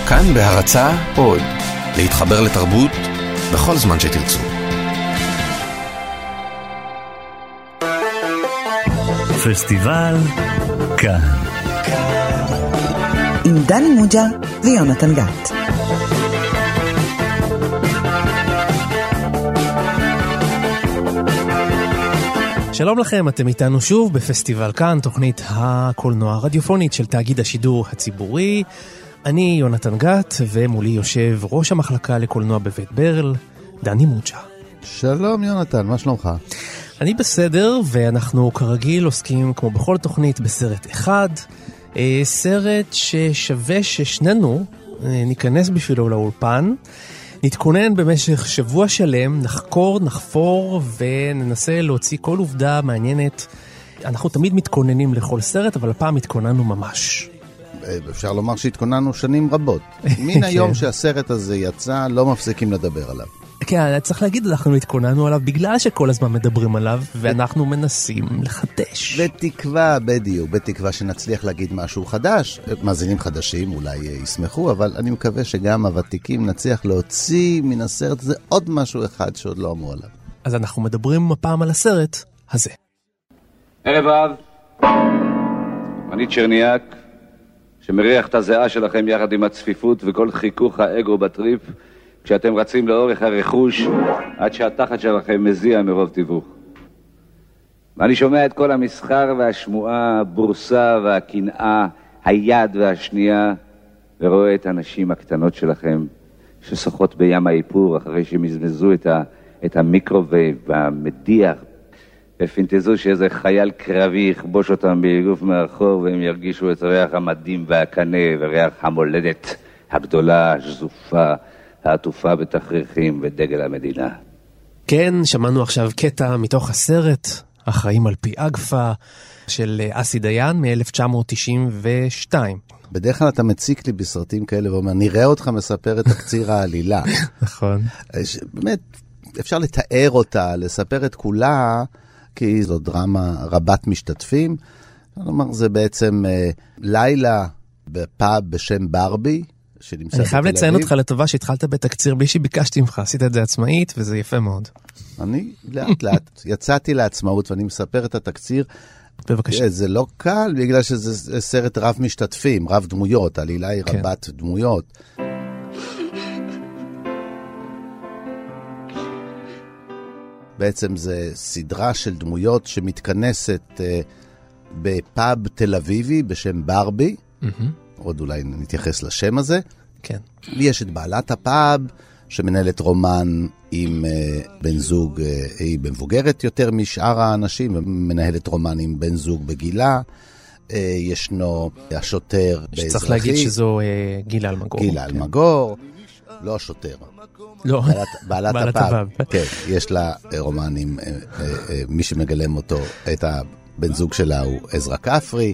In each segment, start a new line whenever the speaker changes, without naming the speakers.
כאן בהרצאה עוד, להתחבר לתרבות בכל זמן שתרצו.
פסטיבל כאן.
עם דני מוג'ה ויונתן גת.
שלום לכם, אתם איתנו שוב בפסטיבל כאן, תוכנית הקולנוע הרדיופונית של תאגיד השידור הציבורי. אני יונתן גת, ומולי יושב ראש המחלקה לקולנוע בבית ברל, דני מוג'ה.
שלום יונתן, מה שלומך?
אני בסדר, ואנחנו כרגיל עוסקים כמו בכל תוכנית בסרט אחד, סרט ששווה ששנינו ניכנס בשבילו לאולפן, נתכונן במשך שבוע שלם, נחקור, נחפור וננסה להוציא כל עובדה מעניינת. אנחנו תמיד מתכוננים לכל סרט, אבל הפעם התכוננו ממש.
אפשר לומר שהתכוננו שנים רבות. מן היום שהסרט הזה יצא, לא מפסיקים לדבר עליו.
כן, צריך להגיד, אנחנו התכוננו עליו בגלל שכל הזמן מדברים עליו, ואנחנו מנסים לחדש.
בתקווה, בדיוק, בתקווה שנצליח להגיד משהו חדש. מאזינים חדשים אולי ישמחו, אבל אני מקווה שגם הוותיקים נצליח להוציא מן הסרט הזה עוד משהו אחד שעוד לא אמרו עליו.
אז אנחנו מדברים הפעם על הסרט הזה.
ערב רב, אני צ'רניאק, שמריח את הזיעה שלכם יחד עם הצפיפות וכל חיכוך האגו בטריפ, כשאתם רצים לאורך הרכוש עד שהתחת שלכם מזיע מרוב תיווך. ואני שומע את כל המסחר והשמועה, הבורסה והקנאה, היד והשנייה, ורואה את הנשים הקטנות שלכם ששוחות בים האיפור אחרי שמזמזו את המיקרווייב והמדיח, ופינטזו שאיזה חייל קרבי יכבוש אותם באגוף מאחור, והם ירגישו את ריח המדים והקנה וריח המולדת הגדולה, השזופה, העטופה בתכריכים ודגל המדינה.
כן, שמענו עכשיו קטע מתוך הסרט החיים על פי אגפה של אסי דיין מ-1992.
בדרך כלל אתה מציק לי בסרטים כאלה ואומר, נראה אותך מספר את תקציר העלילה.
נכון.
באמת, אפשר לתאר אותה, לספר את כולה, כי זו דרמה רבת משתתפים. כלומר, זה בעצם לילה בפאב בשם ברבי,
אני חייב לציין אותך לטובה שהתחלת בתקציר בלי שביקשתי ממך, עשית את זה עצמאית וזה יפה מאוד.
אני לאט לאט יצאתי לעצמאות ואני מספר את התקציר.
בבקשה.
זה לא קל בגלל שזה סרט רב משתתפים, רב דמויות, העלילה היא רבת דמויות. בעצם זה סדרה של דמויות שמתכנסת בפאב תל אביבי בשם ברבי. עוד אולי נתייחס לשם הזה.
כן.
ויש את בעלת הפאב, שמנהלת רומן עם בן זוג, היא מבוגרת יותר משאר האנשים, ומנהלת רומן עם בן זוג בגילה. ישנו השוטר באזרחי.
שצריך להגיד שזו גילה אלמגור.
גילה אלמגור, לא השוטר.
לא.
בעלת הפאב. כן, יש לה רומן עם מי שמגלם אותו, את הבן זוג שלה הוא עזרא כפרי.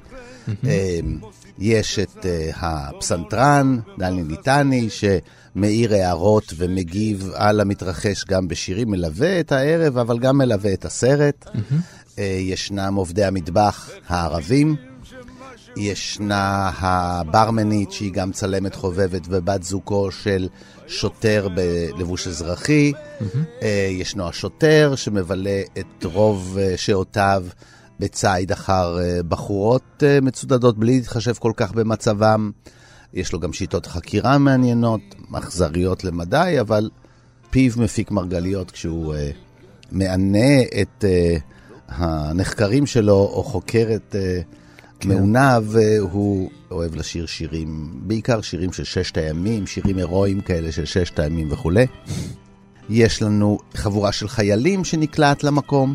יש את הפסנתרן, דני ליטני, שמאיר הערות ומגיב על המתרחש גם בשירים, מלווה את הערב, אבל גם מלווה את הסרט. ישנם עובדי המטבח הערבים. ישנה הברמנית, שהיא גם צלמת חובבת ובת זוגו של שוטר בלבוש אזרחי. ישנו השוטר שמבלה את רוב שעותיו בצייד אחר בחורות מצודדות בלי להתחשב כל כך במצבם. יש לו גם שיטות חקירה מעניינות, אכזריות למדי, אבל פיו מפיק מרגליות כשהוא מענה את הנחקרים שלו או חוקר את מעוניו. הוא אוהב לשיר שירים, בעיקר שירים של ששת הימים, שירים הירואיים כאלה של ששת הימים וכו'. יש לנו חבורה של חיילים שנקלעת למקום,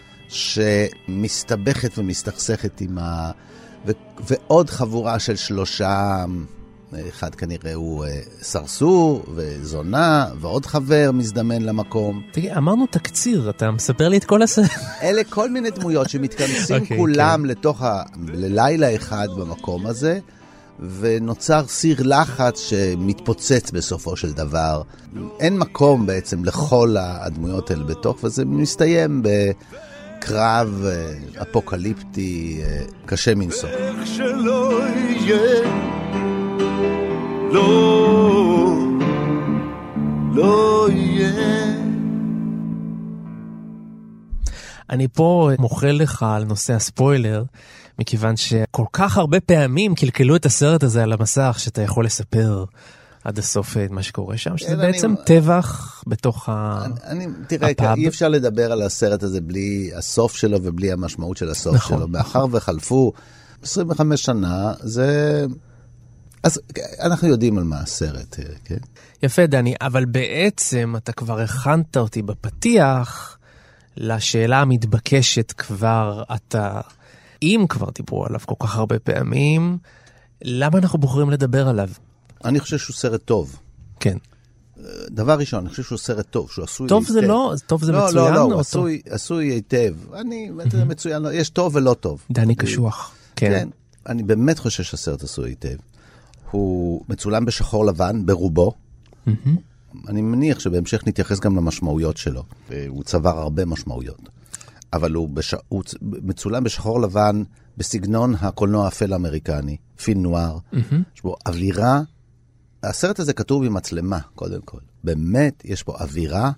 שמסתבכת ומסתכסכת עם ועוד חבורה של שלושה, אחד כנראה הוא סרסור וזונה, ועוד חבר מזדמן למקום.
תגיד, אמרנו תקציר, אתה מספר לי את כל הסרט.
אלה כל מיני דמויות שמתכנסים כולם לתוך ללילה אחד במקום הזה, ונוצר סיר לחץ שמתפוצץ בסופו של דבר. אין מקום בעצם לכל הדמויות האלה בתוך, וזה מסתיים בקרב אפוקליפטי קשה מנשוא.
איך שלא יהיה, לא
אני פה מוחל לך על נושא הספוילר, מכיוון שכל כך הרבה פעמים קלקלו את הסרט הזה על המסך, שאתה יכול לספר עד הסוף את מה שקורה שם, שזה בעצם טבח בתוך הפאב.
תראה, אי אפשר לדבר על הסרט הזה בלי הסוף שלו ובלי המשמעות של הסוף שלו. מאחר וחלפו 25 שנה, אז אנחנו יודעים על מה הסרט, כן?
יפה, דני, אבל בעצם אתה כבר הכנת אותי בפתיח לשאלה המתבקשת כבר אם כבר דיברו עליו כל כך הרבה פעמים, למה אנחנו בוחרים לדבר עליו?
אני חושב שהוא סרט טוב.
כן.
דבר ראשון, אני חושב שהוא סרט טוב, שהוא עשוי
טוב היטב. טוב זה מצוין?
לא, עשוי היטב. זה מצוין, יש טוב ולא טוב.
דני קשוח.
כן. אני באמת חושב שהסרט עשוי היטב. הוא מצולם בשחור לבן, ברובו. אני מניח שבהמשך נתייחס גם למשמעויות שלו. הוא צבר הרבה משמעויות. אבל הוא מצולם בשחור לבן, בסגנון הקולנוע האפל האמריקני, פיל נואר. יש בו אווירה. הסרט הזה כתוב עם מצלמה, קודם כל. באמת, יש פה אווירה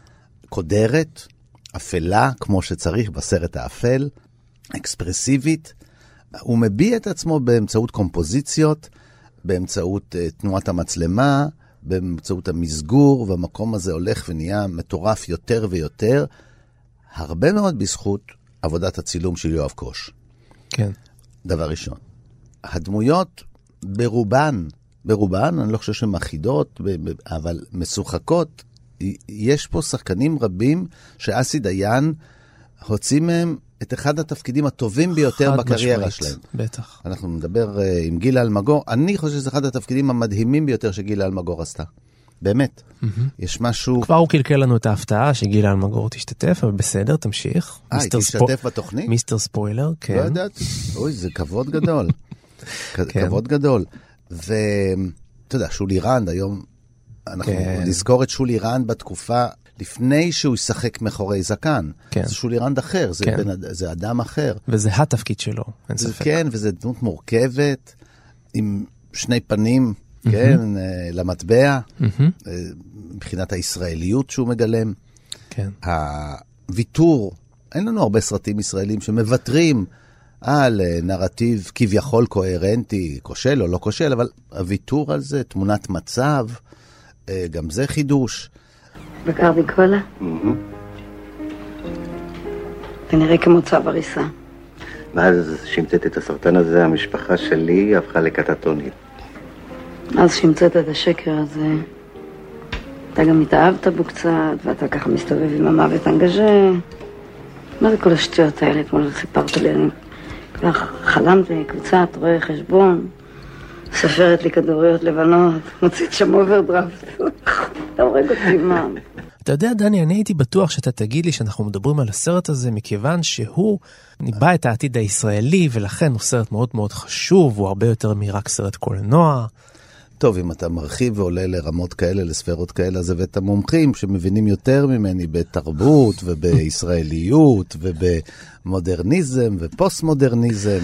קודרת, אפלה, כמו שצריך בסרט האפל, אקספרסיבית. הוא מביע את עצמו באמצעות קומפוזיציות, באמצעות תנועת המצלמה, באמצעות המסגור, והמקום הזה הולך ונהיה מטורף יותר ויותר, הרבה מאוד בזכות עבודת הצילום של יואב קוש.
כן.
דבר ראשון. הדמויות ברובן, אני לא חושב שהן אחידות, אבל משוחקות. יש פה שחקנים רבים שאסי דיין הוציא מהם את אחד התפקידים הטובים ביותר בקריירה שלהם.
בטח.
אנחנו נדבר עם גילה אלמגור. אני חושב שזה אחד התפקידים המדהימים ביותר שגילה אלמגור עשתה. באמת. יש משהו...
כבר הוא קלקל לנו את ההפתעה שגילה אלמגור תשתתף, אבל בסדר, תמשיך.
היא תשתתף בתוכנית?
מיסטר ספוילר, כן.
לא ידעתי. אוי, זה כבוד גדול. כבוד גדול. ואתה יודע, שולי רנד, היום אנחנו נזכור את שולי רנד בתקופה לפני שהוא ישחק מאחורי זקן. זה שולי רנד אחר, זה אדם אחר.
וזה התפקיד שלו, אין ספק.
כן, וזה דמות מורכבת, עם שני פנים, כן, למטבע, מבחינת הישראליות שהוא מגלם.
כן.
הוויתור, אין לנו הרבה סרטים ישראלים שמוותרים על נרטיב כביכול קוהרנטי, כושל או לא כושל, אבל הוויתור על זה, תמונת מצב, גם זה חידוש.
בקרבי קולה? זה נראה כמו צו הריסה.
ואז שמצאת את הסרטן הזה, המשפחה שלי הפכה לקטטונית.
אז שמצאת את השקר הזה, אתה גם התאהבת בו קצת, ואתה ככה מסתובב עם המוות אנגז'ה. מה זה כל השטויות האלה, כמו שסיפרת לי? אני כך חלמתי, קבוצת רואה חשבון, ספרת לי כדוריות לבנות, מוצאת שם אוברדרפט. אתה הורג אותי, מה?
אתה יודע, דני, אני הייתי בטוח שאתה תגיד לי שאנחנו מדברים על הסרט הזה, מכיוון שהוא ניבא את העתיד הישראלי, ולכן הוא סרט מאוד מאוד חשוב, הוא הרבה יותר מרק סרט קולנוע.
טוב, אם אתה מרחיב ועולה לרמות כאלה, לספרות כאלה, אז הבאת המומחים שמבינים יותר ממני בתרבות ובישראליות ובמודרניזם ופוסט-מודרניזם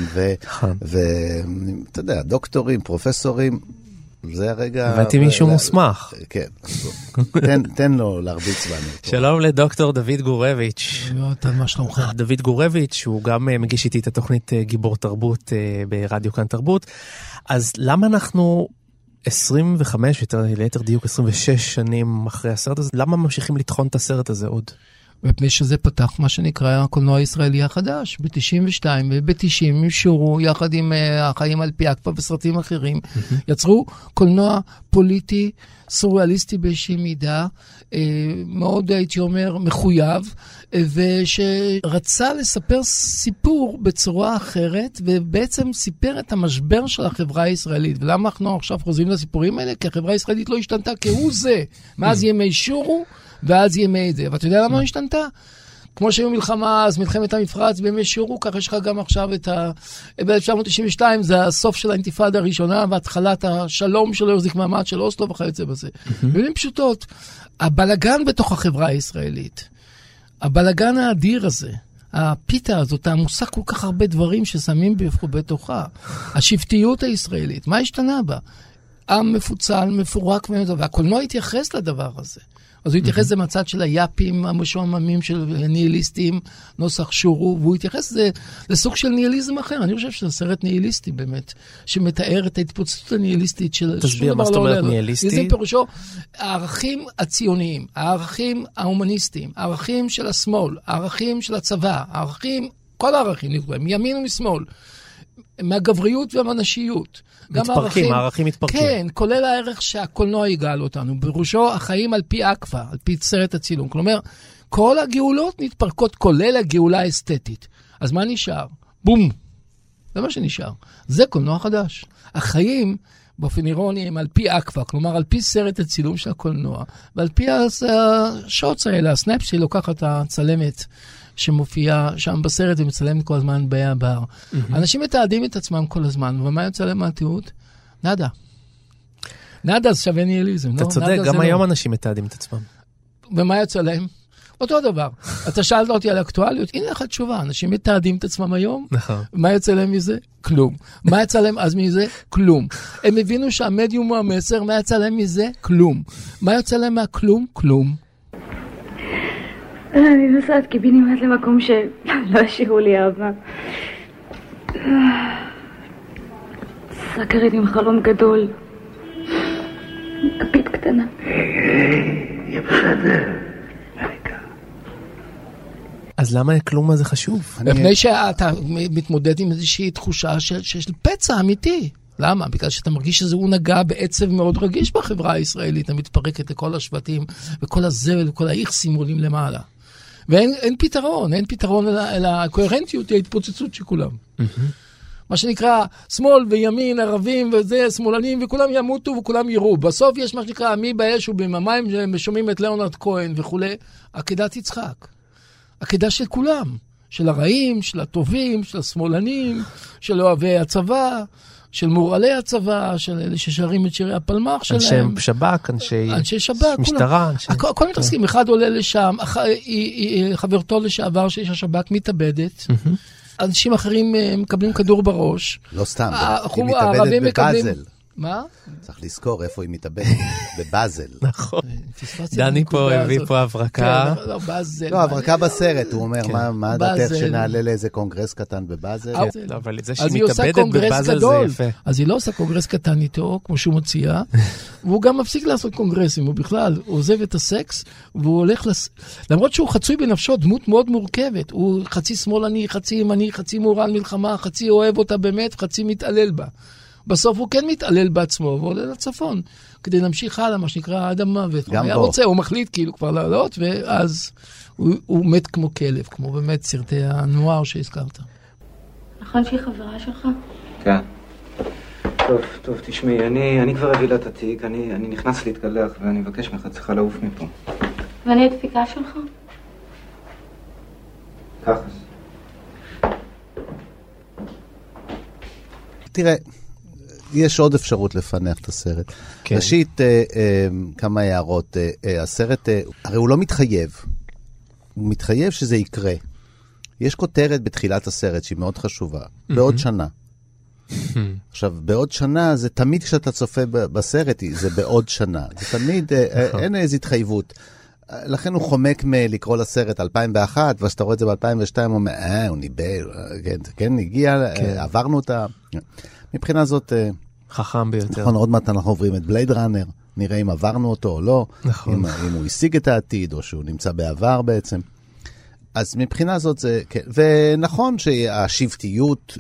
ואתה יודע, דוקטורים, פרופסורים, זה הרגע...
הבאתי מישהו מוסמך.
כן, תן לו להרביץ בנו.
שלום לדוקטור דוד גורביץ'. דוד גורביץ', הוא גם מגיש איתי את התוכנית גיבור תרבות ברדיו כאן תרבות. אז למה אנחנו 25, ליתר דיוק 26 שנים אחרי הסרט הזה, למה ממשיכים לטחון את הסרט הזה עוד?
מפני שזה פתח מה שנקרא הקולנוע הישראלי החדש, ב-92 וב-90 אפשרו יחד עם החיים על פי אקפה וסרטים אחרים, יצרו קולנוע פוליטי, סוריאליסטי באיזושהי מידה, מאוד הייתי אומר מחויב, ושרצה לספר סיפור בצורה אחרת, ובעצם סיפר את המשבר של החברה הישראלית. ולמה אנחנו עכשיו חוזרים לסיפורים האלה? כי החברה הישראלית לא השתנתה כהוא זה. מאז ימי שורו, ואז ימי זה. ואתה יודע למה לא השתנתה? כמו שהיו מלחמה, אז מלחמת המפרץ בימי שורו, כך יש לך גם עכשיו ב-1992, זה הסוף של האינתיפאדה הראשונה, והתחלת השלום שלו יחזיק מעמד של אוסלו וכיוצא בזה. במילים פשוטות, הבלגן בתוך החברה הישראלית, הבלגן האדיר הזה, הפיתה הזאת, המושג כל כך הרבה דברים ששמים בתוכה, השבטיות הישראלית, מה השתנה בה? עם מפוצל, מפורק, והקולנוע התייחס לדבר הזה. אז הוא התייחס למצד של היאפים המשועממים של ניהיליסטים, נוסח שורו, והוא התייחס לסוג של ניהיליזם אחר. אני חושב שזה סרט ניהיליסטי באמת, שמתאר את ההתפוצצות הניהיליסטית של...
תסביר מה זאת אומרת ניהיליסטי.
ניהיליזם פירושו, הערכים הציוניים, הערכים ההומניסטיים, הערכים של השמאל, הערכים של הצבא, הערכים, כל הערכים, מימין ומשמאל, מהגבריות והמנשיות.
מתפרקים, הערכים מתפרקים.
כן, כולל הערך שהקולנוע יגאל אותנו, בראשו החיים על פי אקווה, על פי סרט הצילום. כלומר, כל הגאולות מתפרקות, כולל הגאולה האסתטית. אז מה נשאר? בום. זה מה שנשאר. זה קולנוע חדש. החיים, באופן אירוני, הם על פי אקווה, כלומר, על פי סרט הצילום של הקולנוע, ועל פי השוטס האלה, הסנאפ שהיא לוקחת את הצלמת, שמופיע שם בסרט ומצלמת כל הזמן בעבר. אנשים מתעדים את עצמם כל הזמן, ומה יוצא להם מהתיעוד? נדה. נדה זה שווה ניהיליזם.
אתה צודק, גם היום אנשים מתעדים את עצמם.
ומה יוצא להם? אותו דבר. אתה שאלת אותי על האקטואליות, הנה לך תשובה, אנשים מתעדים את עצמם היום, מה יוצא להם מזה? כלום. מה יצא להם אז מזה? כלום. הם הבינו שהמדיום הוא המסר, מה יצא להם מזה? כלום. מה יוצא להם מהכלום? כלום.
אני נוסעת קיבינימט למקום שלא השאירו לי אבא. סקרית עם חלום גדול. כפית קטנה.
יהיה בסדר.
אז למה הכלום הזה חשוב?
מפני שאתה מתמודד עם איזושהי תחושה של פצע אמיתי. למה? בגלל שאתה מרגיש שזה הוא נגע בעצב מאוד רגיש בחברה הישראלית, המתפרקת לכל השבטים, וכל הזבל וכל האיכסים עולים למעלה. ואין פתרון, אין פתרון אלא הקוהרנטיות היא ההתפוצצות של כולם. מה שנקרא, שמאל וימין, ערבים וזה, שמאלנים, וכולם ימותו וכולם יראו. בסוף יש מה שנקרא, מי באש ובממים, ששומעים את ליאונרד כהן וכו', עקדת יצחק. עקדה של כולם. של הרעים, של הטובים, של השמאלנים, של אוהבי הצבא, של מורעלי הצבא, של אלה ששרים את שירי הפלמ"ח שלהם.
אנשי שב"כ, אנשי
שב"כ,
משטרה.
כל מתעסקים, אחד עולה לשם, חברתו לשעבר שיש השב"כ מתאבדת, אנשים אחרים מקבלים כדור בראש.
לא סתם, היא מתאבדת בבאזל.
מה?
צריך לזכור איפה היא מתאבדת, בבאזל.
נכון. דני פה הביא פה הברקה.
לא, הברקה בסרט, הוא אומר, מה דעתך שנעלה לאיזה קונגרס קטן בבאזל?
אבל זה שהיא מתאבדת בבאזל זה יפה.
אז היא לא עושה קונגרס קטן איתו, כמו שהוא מציע, והוא גם מפסיק לעשות קונגרסים, הוא בכלל עוזב את הסקס, והוא הולך למרות שהוא חצוי בנפשו, דמות מאוד מורכבת, הוא חצי שמאלני, חצי ימני, חצי מורן מלחמה, חצי אוהב אותה באמת, חצי מתעלל בה. בסוף הוא כן מתעלל בעצמו, ועולה לצפון, כדי להמשיך הלאה, מה שנקרא עד המוות. הוא היה רוצה, הוא מחליט כאילו כבר לעלות, ואז הוא מת כמו כלב, כמו באמת סרטי הנוער שהזכרת.
נכון שהיא חברה שלך?
כן. טוב, תשמעי, אני כבר אביא לה את התיק, אני נכנס להתקלח, ואני מבקש ממך, צריכה לעוף מפה.
ואני הדפיקה שלך?
ככה.
תראה, יש עוד אפשרות לפענח את הסרט. כן. ראשית, כמה הערות. הסרט, הרי הוא לא מתחייב. הוא מתחייב שזה יקרה. יש כותרת בתחילת הסרט שהיא מאוד חשובה. בעוד שנה. עכשיו, בעוד שנה, זה תמיד כשאתה צופה בסרט, זה בעוד שנה. זה תמיד, אין איזו התחייבות. לכן הוא חומק מלקרוא לסרט 2001, ואתה רואה את זה ב-2002, הוא אומר, הוא ניבל, כן, הגיע, עברנו אותה. מבחינה זאת,
חכם ביותר.
נכון, עוד מעט אנחנו עוברים את בלייד ראנר, נראה אם עברנו אותו או לא,
נכון.
אם הוא השיג את העתיד, או שהוא נמצא בעבר בעצם. אז מבחינה זאת זה, כן, ונכון שהשבטיות,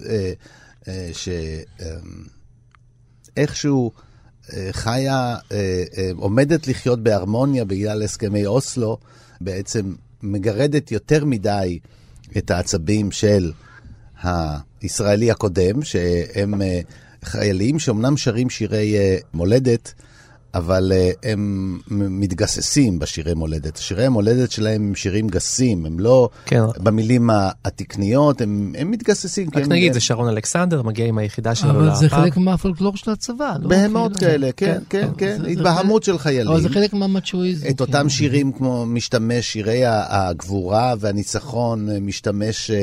שאיכשהו חיה, עומדת לחיות בהרמוניה בגלל הסכמי אוסלו, בעצם מגרדת יותר מדי את העצבים של הישראלי הקודם, שהם חיילים שאומנם שרים שירי מולדת, אבל הם מתגססים בשירי מולדת. שירי המולדת שלהם הם שירים גסים, הם לא כן. במילים התקניות, הם מתגססים.
רק נגיד, זה שרון אלכסנדר, מגיע עם היחידה שלו
אבל זה חלק מהפולקלור של הצבא.
בהמות כאלה, כן. התבהמות של חיילים.
אבל זה חלק מהמצ'ואיזם.
את אותם שירים כמו משתמש, שירי הגבורה והניצחון, משתמש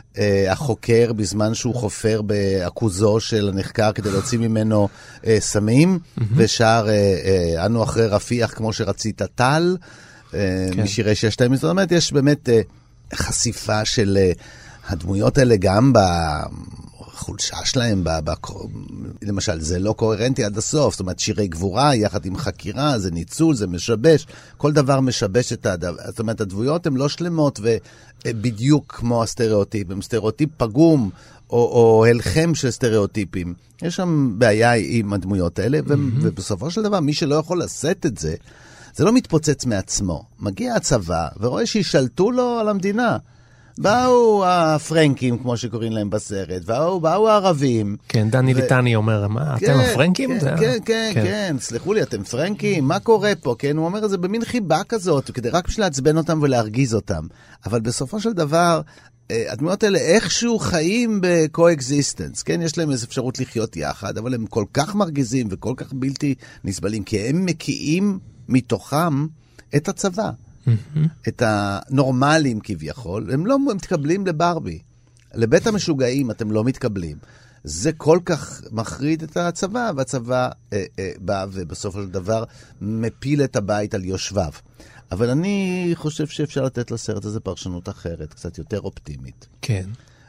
החוקר בזמן שהוא חופר בעכוזו של הנחקר כדי להוציא ממנו סמים, ושר אנו אחרי רפיח כמו שרצית טל, משירי 6-2. זאת אומרת, יש באמת חשיפה של הדמויות האלה גם בחולשה שלהם, למשל, זה לא קוהרנטי עד הסוף, זאת אומרת, שירי גבורה יחד עם חקירה, זה ניצול, זה משבש, כל דבר משבש את הדבר, זאת אומרת, הדמויות הן לא שלמות ובדיוק כמו הסטריאוטיפ, הם סטריאוטיפ פגום, או הלחם של סטריאוטיפים. יש שם בעיה עם הדמויות האלה, ובסופו של דבר, מי שלא יכול לשאת את זה, זה לא מתפוצץ מעצמו. מגיע הצבא ורואה שישלטו לו על המדינה. באו הפרנקים, כמו שקוראים להם בסרט, באו הערבים.
כן, דני ליטני אומר, מה, אתם הפרנקים?
כן, סליחו לי, אתם פרנקים? מה קורה פה? כן, הוא אומר את זה במין חיבה כזאת, כדי רק בשביל להצבן אותם ולהרגיז אותם. אבל בסופו של דבר, הדמויות האלה איכשהו חיים בקו-אקזיסטנס, כן? יש להם איזו אפשרות לחיות יחד, אבל הם כל כך מרגיזים וכל כך בלתי נסבלים, כי הם מקיאים מתוכם את הצבא. את הנורמלים כביכול, הם לא מתקבלים לברבי. לבית המשוגעים אתם לא מתקבלים. זה כל כך מחריד את הצבא, והצבא בא ובסופו של דבר מפיל את הבית על יושביו. אבל אני חושב שאפשר לתת לסרט הזה פרשנות אחרת, קצת יותר אופטימית.
כן.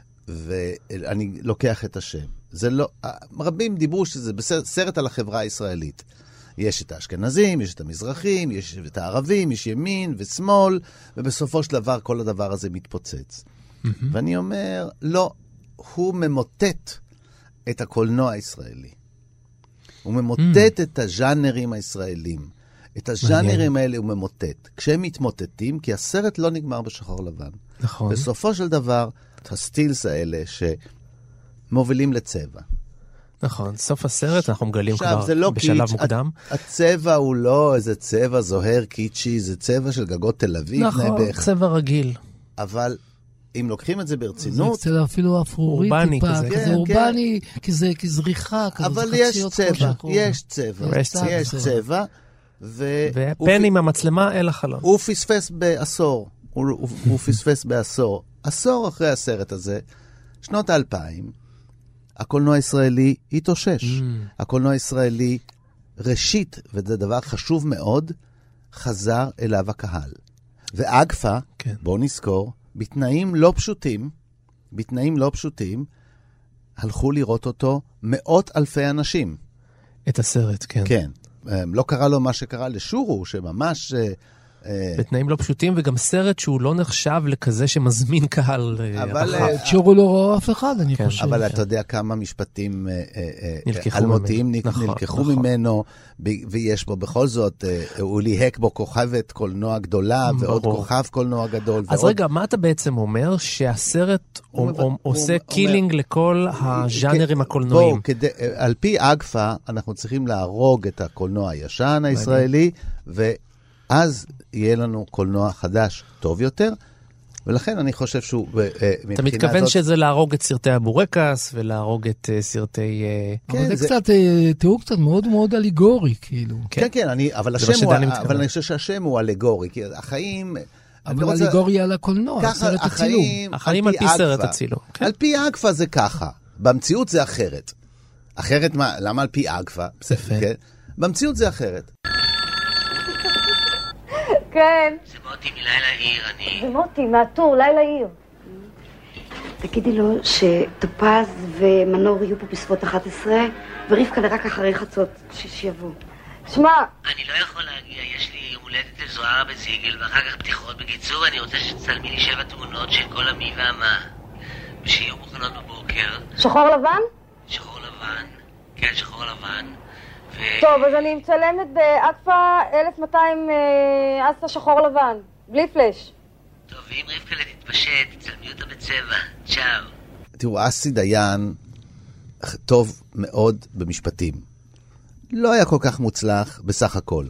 ואני לוקח את השם. זה לא, רבים דיברו שזה סרט על החברה הישראלית. יש את האשכנזים, יש את המזרחים, יש את הערבים, יש ימין ושמאל, ובסופו של דבר כל הדבר הזה מתפוצץ. ואני אומר, לא, הוא ממוטט את הקולנוע הישראלי. הוא ממוטט את הז'אנרים הישראלים. את הז'אנרים האלה הוא ממוטט. כשהם מתמוטטים, כי הסרט לא נגמר בשחור לבן.
נכון.
בסופו של דבר, את הסטילס האלה שמובילים לצבע.
נכון, סוף הסרט אנחנו מגלים כבר בשלב מוקדם.
הצבע הוא לא איזה צבע זוהר קיצ'י, זה צבע של גגות תל אביב.
נכון, צבע רגיל.
אבל אם לוקחים את זה ברצינות...
זה קצת אפילו אפרורי טיפה, כזה אורבני, כזריחה,
אבל יש צבע,
ופן עם המצלמה אל החלון.
הוא פספס בעשור, הוא פספס בעשור. עשור אחרי הסרט הזה, שנות 2000, הקולנוע הישראלי התאושש. הקולנוע הישראלי ראשית, וזה דבר חשוב מאוד, חזר אליו הקהל. ואגפה, בואו נזכור, בתנאים לא פשוטים, הלכו לראות אותו מאות אלפי אנשים.
את הסרט, כן.
כן. לא קרה לו מה שקרה לשורו, שממש...
בתנאים לא פשוטים, וגם סרט שהוא לא נחשב לכזה שמזמין קהל רחב.
שורו לא רואה אף אחד, אני חושב.
אבל אתה יודע כמה משפטים אלמותיים נלקחו ממנו, ויש בו בכל זאת, הוא ליהק בו כוכבת קולנוע גדולה, ועוד כוכב קולנוע גדול.
אז רגע, מה אתה בעצם אומר? שהסרט עושה קילינג לכל הז'אנרים הקולנועים.
על פי אגפה, אנחנו צריכים להרוג את הקולנוע הישן הישראלי, אז יהיה לנו קולנוע חדש טוב יותר, ולכן אני חושב שהוא...
אתה מתכוון שזה להרוג את סרטי הבורקס, ולהרוג את סרטי...
אבל זה קצת תיאור קצת מאוד מאוד אליגורי, כאילו.
כן, אבל אני חושב שהשם הוא אליגורי, כי החיים...
אבל אליגורי על הקולנוע, סרט הצילום.
החיים על פי סרט הצילום.
על פי אגפה זה ככה, במציאות זה אחרת. אחרת מה? למה על פי אגפה? במציאות זה אחרת.
כן.
זה מוטי מלילה עיר,
זה מוטי, מהטור, לילה עיר.
תגידי לו שטופז ומנור יהיו פה בסביבות 11, ורבקה רק אחרי חצות, שיבוא.
שמע!
אני לא יכול להגיע, יש לי יום הולדת לזוהרה בזיגל, ואחר כך פתיחות. בקיצור, אני רוצה שתצלמי לי 7 תמונות של כל המי והמה, ושיהיו מוכנות בבוקר.
שחור לבן?
שחור לבן, כן, שחור לבן.
טוב, אז אני מצלמת באקפה 1200 אסה שחור לבן, בלי פלש.
טוב, ואם רבקה תתפשט, תצלמי אותה בצבע. צ'או.
תראו, אסי דיין טוב מאוד במשפטים. לא היה כל כך מוצלח בסך הכל.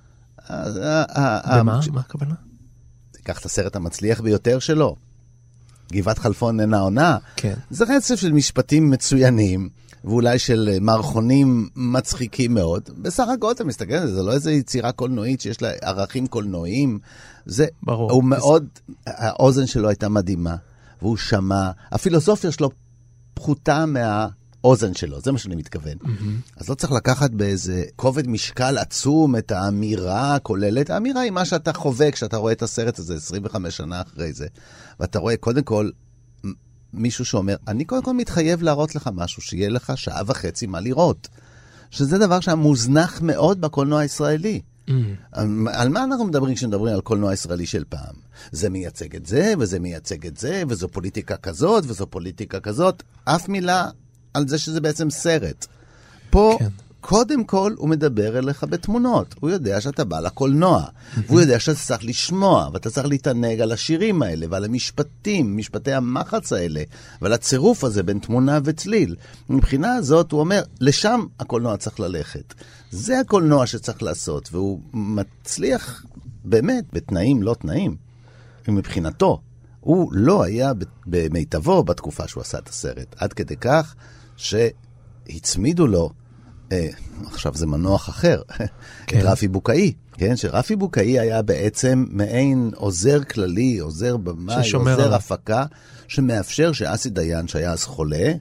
במה? מה הכוונה?
תיקח את הסרט המצליח ביותר שלו. גבעת חלפון אינה עונה.
כן.
זה רצף של משפטים מצוינים. ואולי של מערכונים מצחיקים מאוד. בסך הכל אתה מסתכל על זה, זה לא איזו יצירה קולנועית שיש לה ערכים קולנועיים. זה,
ברור.
הוא מאוד, האוזן שלו הייתה מדהימה. והוא שמע, הפילוסופיה שלו פחותה מהאוזן שלו, זה מה שאני מתכוון. אז לא צריך לקחת באיזה כובד משקל עצום את האמירה הכוללת. האמירה היא מה שאתה חווה כשאתה רואה את הסרט הזה 25 שנה אחרי זה. ואתה רואה קודם כל מישהו שאומר, אני קודם כל מתחייב להראות לך משהו, שיהיה לך 1.5 שעה מה לראות. שזה דבר שמוזנח מאוד בקולנוע הישראלי. על מה אנחנו מדברים כשמדברים על קולנוע ישראלי של פעם? זה מייצג את זה, וזה מייצג את זה, וזו פוליטיקה כזאת, וזו פוליטיקה כזאת. אף מילה על זה שזה בעצם סרט. פה, קודם כל, הוא מדבר אליך בתמונות. הוא יודע שאתה בא לקולנוע. והוא יודע שאתה צריך לשמוע, ואתה צריך להתענג על השירים האלה, ועל המשפטים, משפטי המחץ האלה, ועל הצירוף הזה בין תמונה וצליל. מבחינה הזאת, הוא אומר, לשם הקולנוע צריך ללכת. זה הקולנוע שצריך לעשות, והוא מצליח באמת בתנאים לא תנאים. מבחינתו, הוא לא היה במיטבו בתקופה שהוא עשה את הסרט. עד כדי כך שהצמידו לו, עכשיו זה מנוח אחר, את רפי בוקאי. כן, שרפי בוקאי היה בעצם מעין עוזר כללי, עוזר במאי, עוזר הפקה, שמאפשר שאסי דיין, שהיה אז חולה,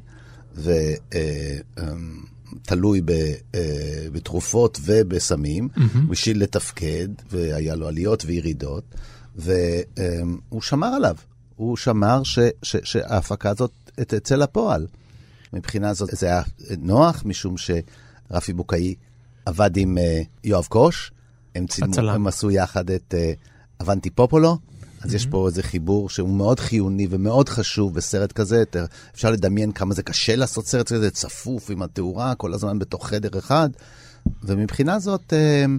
תלוי בתרופות ובסמים, בשביל לתפקד, והיה לו עליות וירידות, והוא שמר עליו. הוא שמר שההפקה הזאת תצא לפועל. מבחינה הזאת זה היה נוח, משום שרפי בוקאי עבד עם יואב קוש, הם עשו יחד את אבנטי פופולו, אז יש פה איזה חיבור שהוא מאוד חיוני ומאוד חשוב בסרט כזה. אפשר לדמיין כמה זה קשה לעשות סרט כזה, צפוף עם התאורה, כל הזמן בתוך חדר אחד. ומבחינה זאת,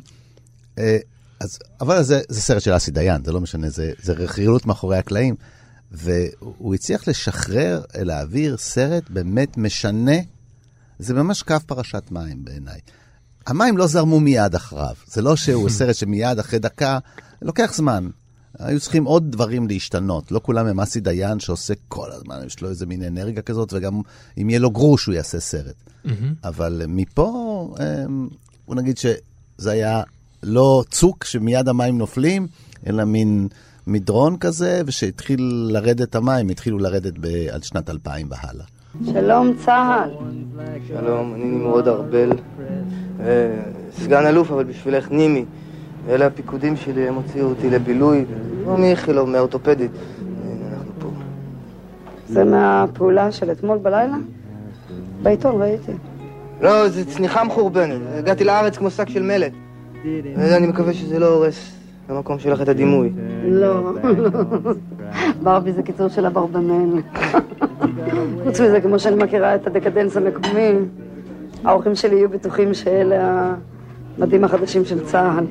אבל זה סרט של אסי דיין, זה לא משנה, זה רכילות מאחורי הקלעים. והוא הצליח לשחרר אל האוויר סרט באמת משנה. זה ממש קו פרשת מים בעיניי. המים לא זרמו מיד אחריו. זה לא שהוא סרט שמיד אחרי דקה, לוקח זמן. היו צריכים עוד דברים להשתנות. לא כולם הם אסי דיין שעושה כל הזמן, יש לו איזה מין אנרגיה כזאת, וגם אם יהיה לו גרוש הוא יעשה סרט. אבל מפה, הוא נגיד שזה היה לא צוק שמיד המים נופלים, אלא מין מדרון כזה, ושהתחיל לרדת המים, התחילו לרדת עד שנת 2000 והלאה.
שלום צהל.
שלום, אני נמרוד ארבל, סגן אלוף, אבל בשבילך נימי. אלה הפיקודים שלי, הם הוציאו אותי לבילוי, לא מאיכילוב, מהאורתופדית. אנחנו פה.
זה מהפעולה של אתמול בלילה? בעיתון ראיתי.
לא, זה צניחה מחורבנת. הגעתי לארץ כמו שק של מלט. אני מקווה שזה לא הורס במקום שלך את הדימוי.
לא, לא. ברבי זה קיצור של אברבנאל. חוץ מזה, כמו שאני מכירה את הדקדנס המקומי, האורחים שלי יהיו בטוחים שאלה המדים החדשים של צהל.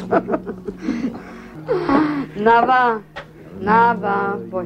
נאווה, בואי.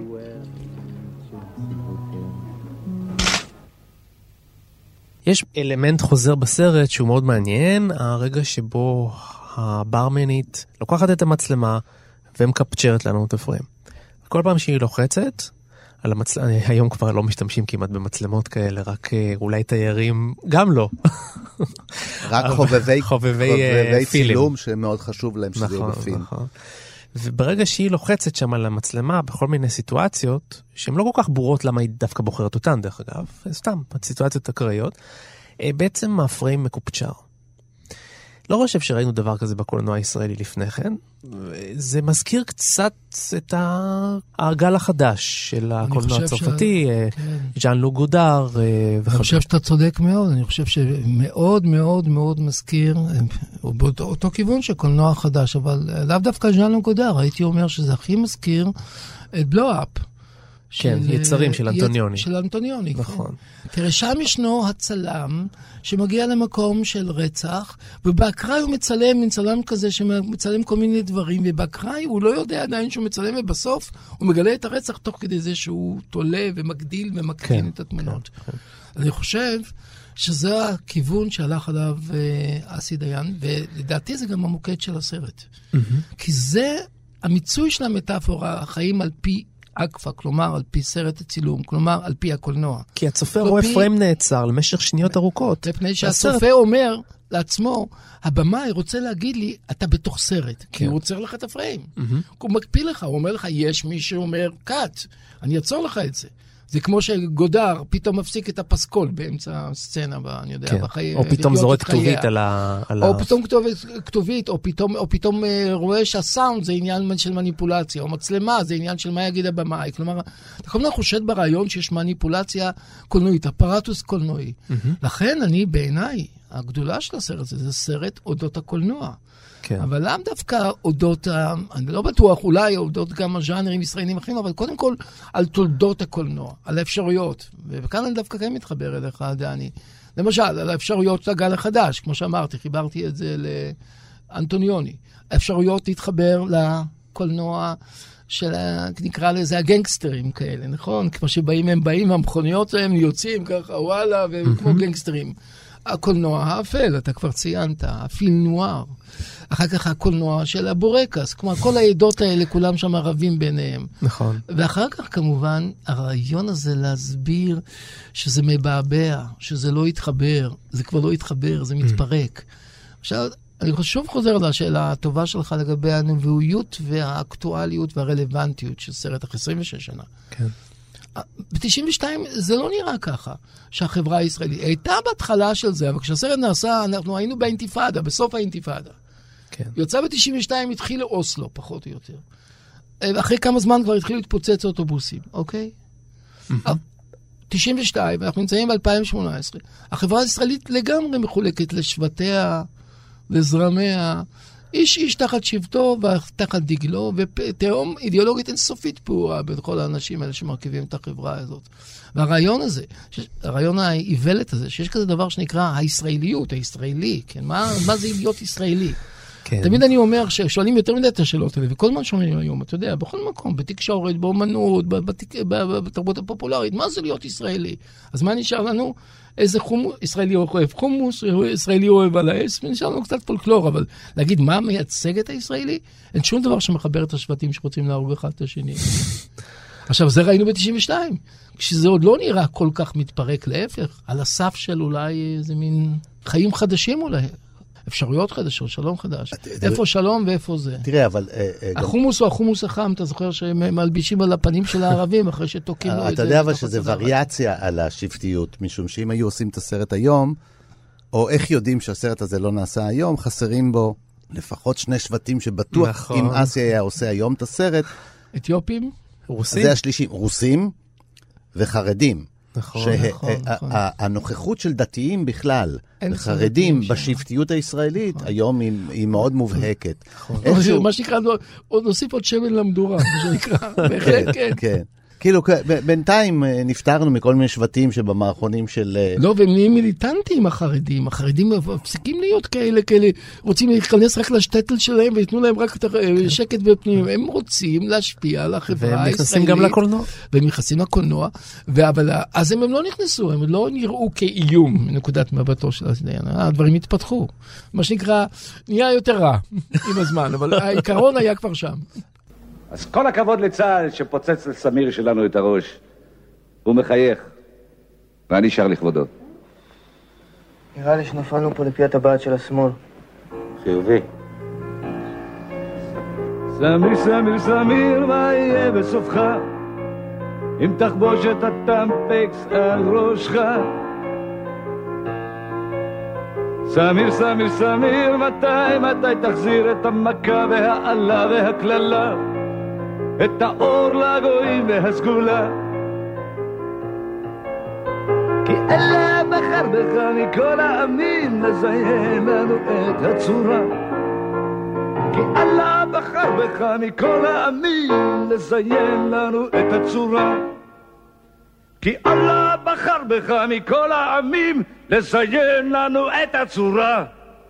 יש אלמנט חוזר בסרט שהוא מאוד מעניין, הרגע שבו הברמנית לוקחת את המצלמה ומקפצ'רת לנו את הפריים. כל פעם שהיא לוחצת, על היום כבר לא משתמשים כמעט במצלמות כאלה, רק אולי תיירים, גם לא.
רק חובבי צילום שמאוד חשוב להם שזה יהיה בפילם.
נכון. וברגע שהיא לוחצת שם על המצלמה, בכל מיני סיטואציות, שהן לא כל כך ברורות למה היא דווקא בוחרת אותן, דרך אגב, סתם, הסיטואציות הקראיות, בעצם הפריים מקופצ'ר. לא חושב שראינו דבר כזה בקולנוע הישראלי לפני כן. זה מזכיר קצת את הגל החדש של הקולנוע הצרפתי, ז'אן לוק גודר.
אני חושב שאתה צודק מאוד, אני חושב שמאוד מאוד מאוד מזכיר, באותו כיוון של קולנוע חדש, אבל לאו דווקא ז'אן לוק גודר, הייתי אומר שזה הכי מזכיר את בלו-אפ.
כן, יצרים של אנטוניוני.
של אנטוניוני,
נכון.
תראה, שם ישנו הצלם שמגיע למקום של רצח, ובאקראי הוא מצלם, מצלם כזה שמצלם כל מיני דברים, ובאקראי הוא לא יודע עדיין שהוא מצלם, ובסוף הוא מגלה את הרצח תוך כדי זה שהוא תולה ומגדיל ומקטין את התמונות. אני חושב שזה הכיוון שהלך עליו אסי דיין, ולדעתי זה גם המוקד של הסרט. כי זה המיצוי של המטאפורה, החיים על פי אקפה, כלומר על פי סרט הצילום, כלומר על פי הקולנוע.
כי הצופה רואה פריים נעצר למשך שניות ארוכות.
לפני שהצופה אומר לעצמו, הבמאי רוצה להגיד לי, אתה בתוך סרט, כי הוא עוצר לך את הפריים. הוא מקפיל לך, הוא אומר לך, יש מי שאומר, קאט, אני אעצור לך את זה. זה כמו שגודר פתאום מפסיק את הפסקול באמצע הסצנה, אני יודע, בחיי...
או פתאום זורק כתובית על
או פתאום כתובית, או פתאום רואה שהסאונד זה עניין של מניפולציה, או מצלמה זה עניין של מה יגיד הבמאי. כלומר, אתה כל הזמן חושד ברעיון שיש מניפולציה קולנועית, אפרטוס קולנועי. לכן אני בעיניי, הגדולה של הסרט הזה, זה סרט אודות הקולנוע. אבל לאו דווקא אודות, אני לא בטוח, אולי אודות גם הז'אנרים ישראלים אחרים, אבל קודם כל על תולדות הקולנוע, על האפשרויות. וכאן אני דווקא כן מתחבר אליך, דני. למשל, על האפשרויות של הגל החדש, כמו שאמרתי, חיברתי את זה לאנטוניוני. האפשרויות להתחבר לקולנוע של, נקרא לזה, הגנגסטרים כאלה, נכון? כמו שבאים, הם באים, המכוניות הם יוצאים ככה, וואלה, והם כמו גנגסטרים. הקולנוע האפל, אתה כבר ציינת, הפיל נואר. אחר כך הקולנוע של הבורקס, כלומר כל העדות האלה, כולם שם ערבים ביניהם.
נכון.
ואחר כך כמובן, הרעיון הזה להסביר שזה מבעבע, שזה לא יתחבר, זה כבר לא יתחבר, זה מתפרק. עכשיו, אני שוב חוזר לשאלה הטובה שלך לגבי הנבואיות והאקטואליות והרלוונטיות של סרט אחרי 26 שנה.
כן.
ב-92 זה לא נראה ככה, שהחברה הישראלית הייתה בהתחלה של זה, אבל כשהסרט נעשה, אנחנו היינו באינתיפאדה, בסוף האינתיפאדה.
כן.
יוצא ב-92, התחיל אוסלו, פחות או יותר. אחרי כמה זמן כבר התחילו להתפוצץ אוטובוסים, אוקיי? 92, ואנחנו נמצאים ב-2018. החברה הישראלית לגמרי מחולקת לשבטיה, לזרמיה, איש תחת שבטו ותחת דגלו, ותהום אידיאולוגית אינסופית פעורה בכל האנשים האלה שמרכיבים את החברה הזאת. והרעיון הזה, הרעיון האיוולת הזה, שיש כזה דבר שנקרא הישראליות, הישראלי, כן? מה זה להיות ישראלי?
כן.
תמיד אני אומר ששואלים יותר מדי את השאלות האלה, וכל מה שומעים היום, אתה יודע, בכל מקום, בתקשורת, באומנות, בתרבות הפופולרית, מה זה להיות ישראלי? אז מה נשאר לנו? איזה חומוס, ישראלי אוהב חומוס, ישראלי אוהב על העץ, ונשאר לנו קצת פולקלור, אבל להגיד מה מייצג את הישראלי? אין שום דבר שמחבר את השבטים שרוצים להרוג אחד את השני. עכשיו, זה ראינו ב-92, כשזה עוד לא נראה כל כך מתפרק, להפך, על הסף של אולי איזה מין חיים חדשים אולי. אפשרויות חדשות, שלום חדש. איפה שלום ואיפה זה?
תראה, אבל...
החומוס הוא החומוס החם, אתה זוכר שהם מלבישים על הפנים של הערבים אחרי שתוקים לו את זה.
אתה יודע אבל שזה וריאציה על השבטיות, משום שאם היו עושים את הסרט היום, או איך יודעים שהסרט הזה לא נעשה היום, חסרים בו לפחות שני שבטים שבטוח אם אסיה היה עושה היום את הסרט.
אתיופים?
רוסים?
זה השלישים, רוסים וחרדים.
נכון.
שהנוכחות של דתיים בכלל, וחרדים בשבטיות הישראלית, היום היא מאוד מובהקת.
מה שנקרא, נוסיף עוד שמן למדורה, מה שנקרא, בהחלט כן.
כאילו, בינתיים נפטרנו מכל מיני שבטים שבמערכונים של...
לא, והם נהיים מיליטנטים החרדים. החרדים מפסיקים להיות כאלה, רוצים להיכנס רק לשטטל שלהם, ויתנו להם רק שקט בפנים. הם רוצים להשפיע על החברה הישראלית.
והם נכנסים גם לקולנוע.
והם נכנסים לקולנוע, אבל אז הם לא נכנסו, הם לא נראו כאיום מנקודת מבטו של הסדיין. הדברים התפתחו. מה שנקרא, נהיה יותר רע עם הזמן, אבל העיקרון היה כבר שם.
אז כל הכבוד לצה"ל שפוצץ לסמיר שלנו את הראש. הוא מחייך, ואני שר לכבודו.
נראה לי שנפלנו פה לפי הטבעת של השמאל.
חיובי.
סמיר, סמיר, סמיר, מה יהיה בסופך? אם תחבוש את הטמפקס על ראשך. סמיר, סמיר, סמיר, מתי תחזיר את המכה והעלה והכללה? את האור לגויים והסגולה, כי אללה בחר בך מכל העמים לזיין לנו את הצורה, כי אללה בחר בך מכל העמים לזיין לנו את הצורה, כי אללה בחר בך מכל העמים לזיין לנו את הצורה.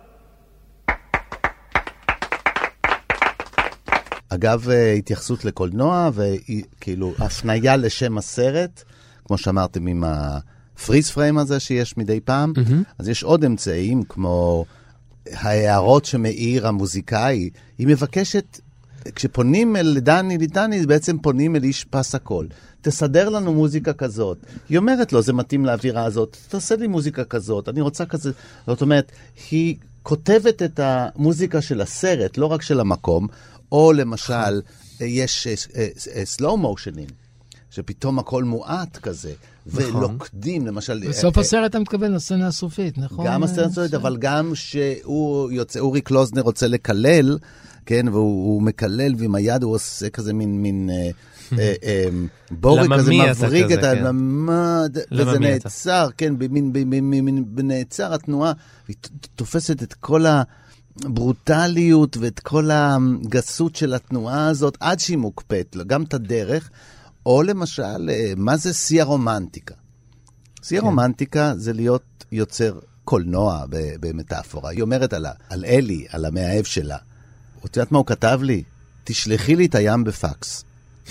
אגב, התייחסות לקולנוע, וכאילו, הפניה לשם הסרט, כמו שאמרתם עם הפריז פריים הזה שיש מדי פעם, אז יש עוד אמצעים, כמו ההערות שמאיר המוזיקאי, היא מבקשת כשפונים אל דני, בעצם פונים אל איש פס הכל. תסדר לנו מוזיקה כזאת. היא אומרת לו, זה מתאים לאווירה הזאת, תעשה לי מוזיקה כזאת, אני רוצה כזה. זאת אומרת, היא כותבת את המוזיקה של הסרט, לא רק של המקום, או למשל, יש slow motioning, שפתאום הכל מועט כזה, ולוקדים, למשל...
בסוף הסרט אתה מתכוון לסצנה הסופית, נכון?
גם הסצנה הסופית, אבל גם שהוא יוצא, אורי קלוזנר רוצה לקלל, כן, והוא מקלל, ועם היד הוא עושה כזה מין בורק כזה, מבריג את הממד, וזה נעצר, כן, בנעצר התנועה, היא תופסת את כל הברוטליות ואת כל הגסות של התנועה הזאת, עד שהיא מוקפאת, גם את הדרך, או למשל, מה זה שיא הרומנטיקה? שיא הרומנטיקה זה להיות יוצר קולנוע במטאפורה. היא אומרת על אלי, על המאהב שלה. את יודעת מה הוא כתב לי? תשלחי לי את הים בפקס.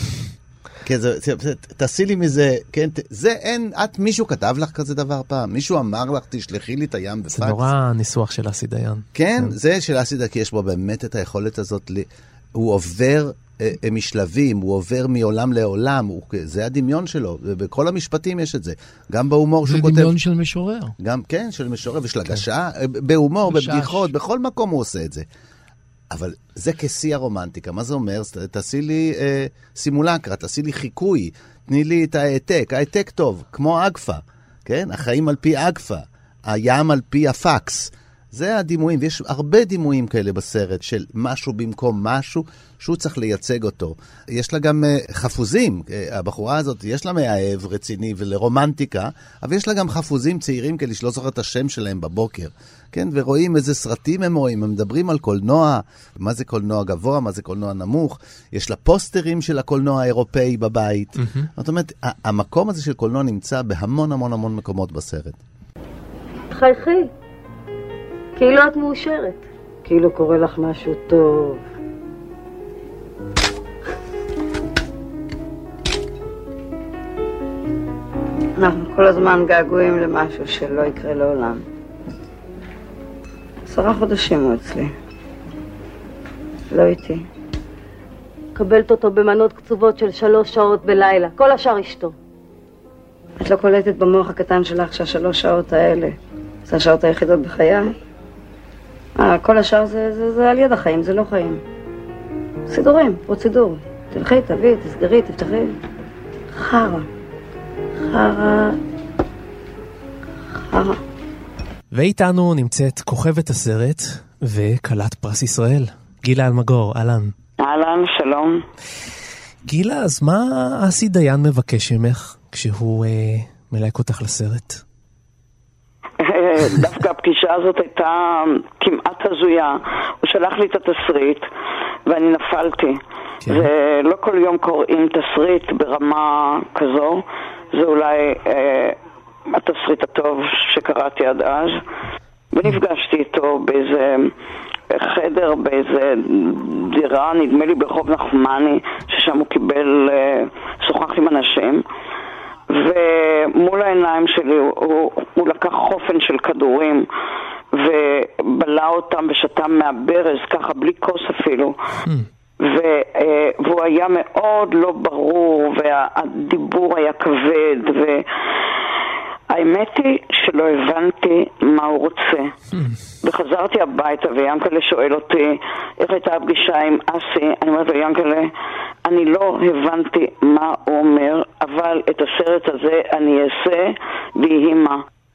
תעשי לי מזה, כן, זה אין, מישהו כתב לך כזה דבר פעם? מישהו אמר לך, תשלחי לי את הים בפקס?
זה נורא ניסוח של אסי דיין.
כן, זה של אסי דיין, כי יש בו באמת את היכולת הזאת, הוא עובר משלבים, הוא עובר מעולם לעולם, זה הדמיון שלו, ובכל המשפטים יש את זה. גם בהומור שהוא כותב... זה
דמיון של משורר.
גם, כן, של משורר ושל הגשה, בהומור, בבדיחות, בכל מקום הוא עושה את זה. אבל זה כשיא הרומנטיקה. מה זה אומר? תעשי לי סימולקרה, תעשי לי חיקוי, תני לי את העתק. העתק טוב, כמו אגפה, כן? החיים על פי אגפה, הים על פי הפקס. זה הדימויים, ויש הרבה דימויים כאלה בסרט, של משהו במקום משהו, שהוא צריך לייצג אותו. יש לה גם חפוזים, הבחורה הזאת, יש לה מאהב רציני ולרומנטיקה, אבל יש לה גם חפוזים צעירים כאלה, שלא זוכר את השם שלהם בבוקר. כן, ורואים איזה סרטים הם רואים, הם מדברים על קולנוע, מה זה קולנוע גבוה, מה זה קולנוע נמוך, יש לה פוסטרים של הקולנוע האירופאי בבית. זאת אומרת, המקום הזה של קולנוע נמצא בהמון המון המון מקומות בסרט.
חייכי. כאילו את מאושרת. כאילו קורה לך משהו טוב. אנחנו כל הזמן געגועים למשהו שלא יקרה לעולם. 10 חודשים הוא אצלי. לא איתי. קבלת אותו במנות קצובות של 3 שעות בלילה. כל השאר אשתו. את לא קולטת במוח הקטן שלך שה3 שעות האלה. זה השעות היחידות בחיי. כל השאר זה על יד החיים, זה לא חיים. סידורים, פרוצדור. תלכי, תביאי, תסגרי, תפתחי. חרה.
ואיתנו נמצאת כוכבת הסרט וקלת פרס ישראל, גילה אלמגור. אהלן.
אהלן, שלום.
גילה, אז מה אסי דיין מבקש ממך כשהוא מלהק אותך לסרט?
דווקא הפגישה הזאת הייתה כמעט הזויה. הוא שלח לי את התסריט ואני נפלתי. ולא כל יום קוראים תסריט ברמה כזו. זה אולי התסריט הטוב שקראתי עד אז. ונפגשתי איתו באיזה חדר, באיזה דירה, נדמה לי ברחוב נחמני, ששם הוא קיבל, שוחח עם אנשים. ומול העיניים שלי הוא לקח חופן של כדורים ובלע אותם ושתם מהברז, ככה בלי כוס אפילו. והוא היה מאוד לא ברור, והדיבור היה כבד, והאמת היא שלא הבנתי מה הוא רוצה. וחזרתי הביתה וינקלה שואל אותי איך הייתה הפגישה עם אסי. אני אומרת לו, ינקלה, אני לא הבנתי מה הוא אומר, אבל את הסרט הזה אני אעשה ויהי מה.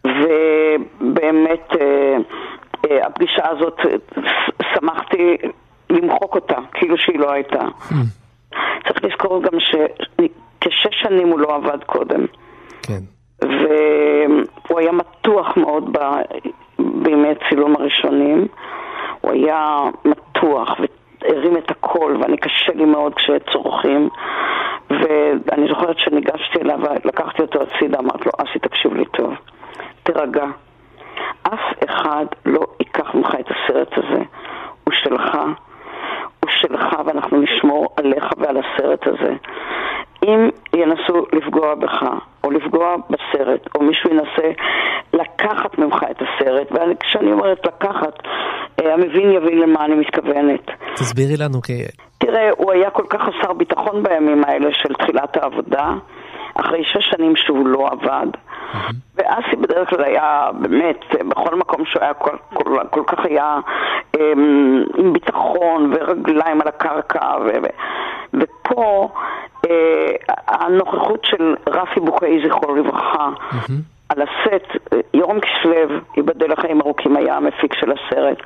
ובאמת הפגישה הזאת שמחתי למחוק אותה, כאילו שהיא לא הייתה. צריך לזכור גם שכ6 שנים הוא לא עבד קודם.
כן.
והוא היה מתוח מאוד בימי הצילום הראשונים. הוא היה מתוח והרים את הכל, ואני קשה לי מאוד כשצורכים. ואני זוכרת שניגשתי אליו ולקחתי אותו הצידה, אמרת לו, אסי, תקשיב לי טוב, תרגע. אף אחד לא ייקח ממך את הסרט הזה. הוא שלך. הוא שלך, ואנחנו נשמור עליך ועל הסרט הזה. אם ינסו לפגוע בך, או לפגוע בסרט, או מישהו ינסה לקחת ממך את הסרט, וכשאני אומרת לקחת, המבין יבין למה אני מתכוונת.
תסבירי לנו,
תראה, הוא היה כל כך חסר ביטחון בימים האלה של תחילת העבודה, אחרי 6 שנים שהוא לא עבד, ואסי בדרך כלל היה באמת, בכל מקום שהוא היה כל כך היה עם ביטחון ורגליים על הקרקע, ופה הנוכחות של רפי בוקאי זכרו לברכה, על הסט, יורם כסלו, ייבדל לחיים ארוכים, היה המפיק של הסרט,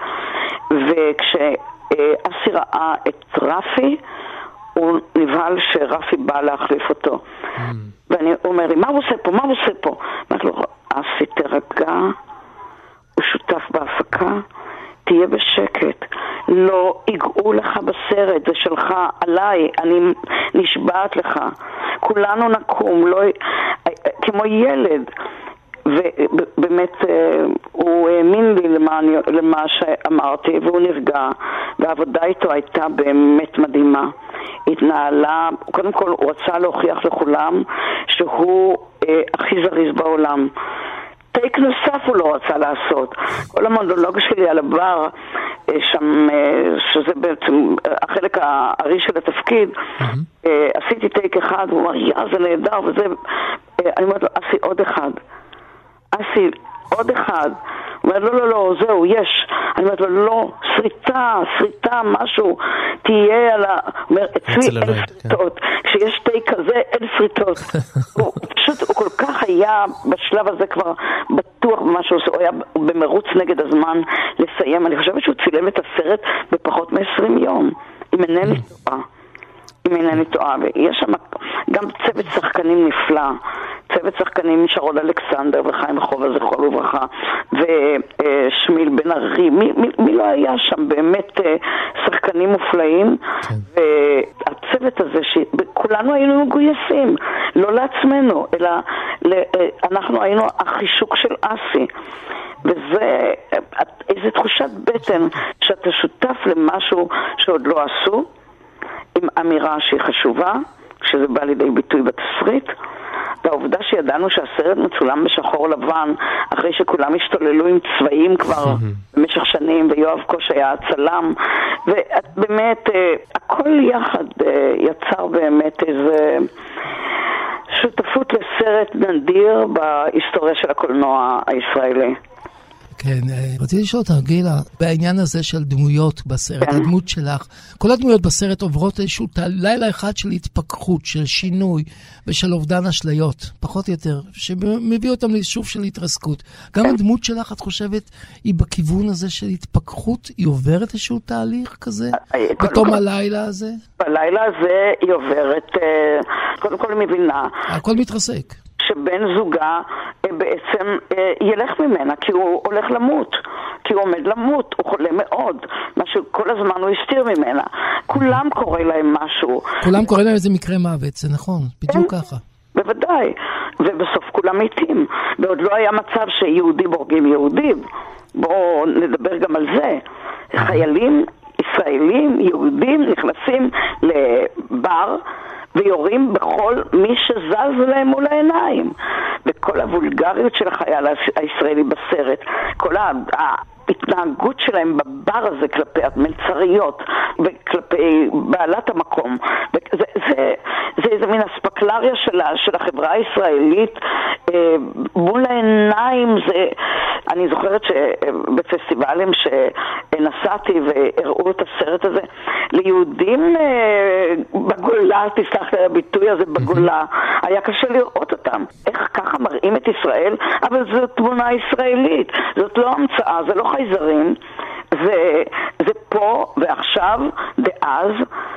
וכשאסי ראה את רפי, הוא נבהל שרפי בא להחליף אותו. ואני אומר לי, מה הוא עושה פה? מה הוא עושה פה? אמרתי לו, אסי, תרגע, הוא שותף בהפקה, תהיה בשקט, לא יגעו לך בסרט, זה שלך, עליי, אני נשבעת לך, כולנו נקום, לא, כמו ילד. ובאמת הוא האמין לי למה שאמרתי, והוא נרגע, והעבודה איתו הייתה באמת מדהימה. התנהלה, קודם כל הוא רצה להוכיח לכולם שהוא הכי זריז בעולם. טייק נוסף הוא לא רצה לעשות. כל המונולוג שלי על הבר, שם, שזה בעצם החלק הארי של התפקיד, עשיתי טייק אחד, הוא אמר, זה נהדר, וזה, אני אומרת לו, אסי, עוד אחד. אסי, עוד אחד. הוא אומר, לא, זהו, יש. אני אומרת לו, לא, שריטה, משהו, תהיה על ה... הוא אומר, אצלי אין שריטות. כשיש תה כזה, אין שריטות. הוא כל כך היה בשלב הזה כבר בטוח במה שהוא עושה. הוא היה במרוץ נגד הזמן לסיים. אני חושבת שהוא צילם את הסרט בפחות מ-20 יום. אם אינני טועה. ויש שם גם צוות שחקנים נפלא. צוות שחקנים שרון אלכסנדר וחיים חובה זכרו לברכה ושמיל בן ארי, מי לא היה שם? באמת שחקנים מופלאים, והצוות הזה שכולנו היינו מגויסים, לא לעצמנו, אלא אנחנו היינו החישוק של אסי, וזה איזו תחושת בטן שאתה שותף למשהו שעוד לא עשו, עם אמירה שהיא חשובה, שזה בא לידי ביטוי בתסריט, והעובדה שידענו שהסרט מצולם בשחור לבן, אחרי שכולם השתוללו עם צבעים כבר במשך שנים, ויואב קוש היה הצלם, ובאמת הכל יחד יצר באמת איזה שותפות לסרט נדיר בהיסטוריה של הקולנוע הישראלי.
כן, רציתי לשאול אותך, גילה, בעניין הזה של דמויות בסרט, הדמות שלך, כל הדמויות בסרט עוברות איזשהו לילה אחד של התפכחות, של שינוי ושל אובדן אשליות, פחות או יותר, שמביא אותם לשוב של התרסקות. גם הדמות שלך, את חושבת, היא בכיוון הזה של התפכחות? היא עוברת איזשהו תהליך כזה? בתום הלילה הזה?
בלילה הזה היא עוברת, קודם כל היא מבינה.
הכל מתרסק.
שבן זוגה בעצם ילך ממנה, כי הוא הולך למות, כי הוא עומד למות, הוא חולה מאוד, מה שכל הזמן הוא הסתיר ממנה. כולם קורא להם משהו.
כולם קורא להם איזה מקרה מוות, זה נכון, בדיוק ככה.
בוודאי, ובסוף כולם מתים, ועוד לא היה מצב שיהודי בורגים יהודים. בואו נדבר גם על זה. חיילים ישראלים, יהודים, נכנסים לבר, ויורים בכל מי שזז להם מול העיניים. וכל הוולגריות של החייל הישראלי בסרט, כל ההתנהגות שלהם בבר הזה כלפי המלצריות וכלפי בעלת המקום, זה איזה מין אספקלריה של החברה הישראלית מול העיניים. אני זוכרת שבפסטיבלים שנסעתי והראו את הסרט הזה ליהודים בגולה, תסלח לי הביטוי הזה, בגולה, היה קשה לראות אותם. איך ככה מראים את ישראל? אבל זו תמונה ישראלית, זאת לא המצאה, זה לא חייזרים, זה פה ועכשיו, דאז.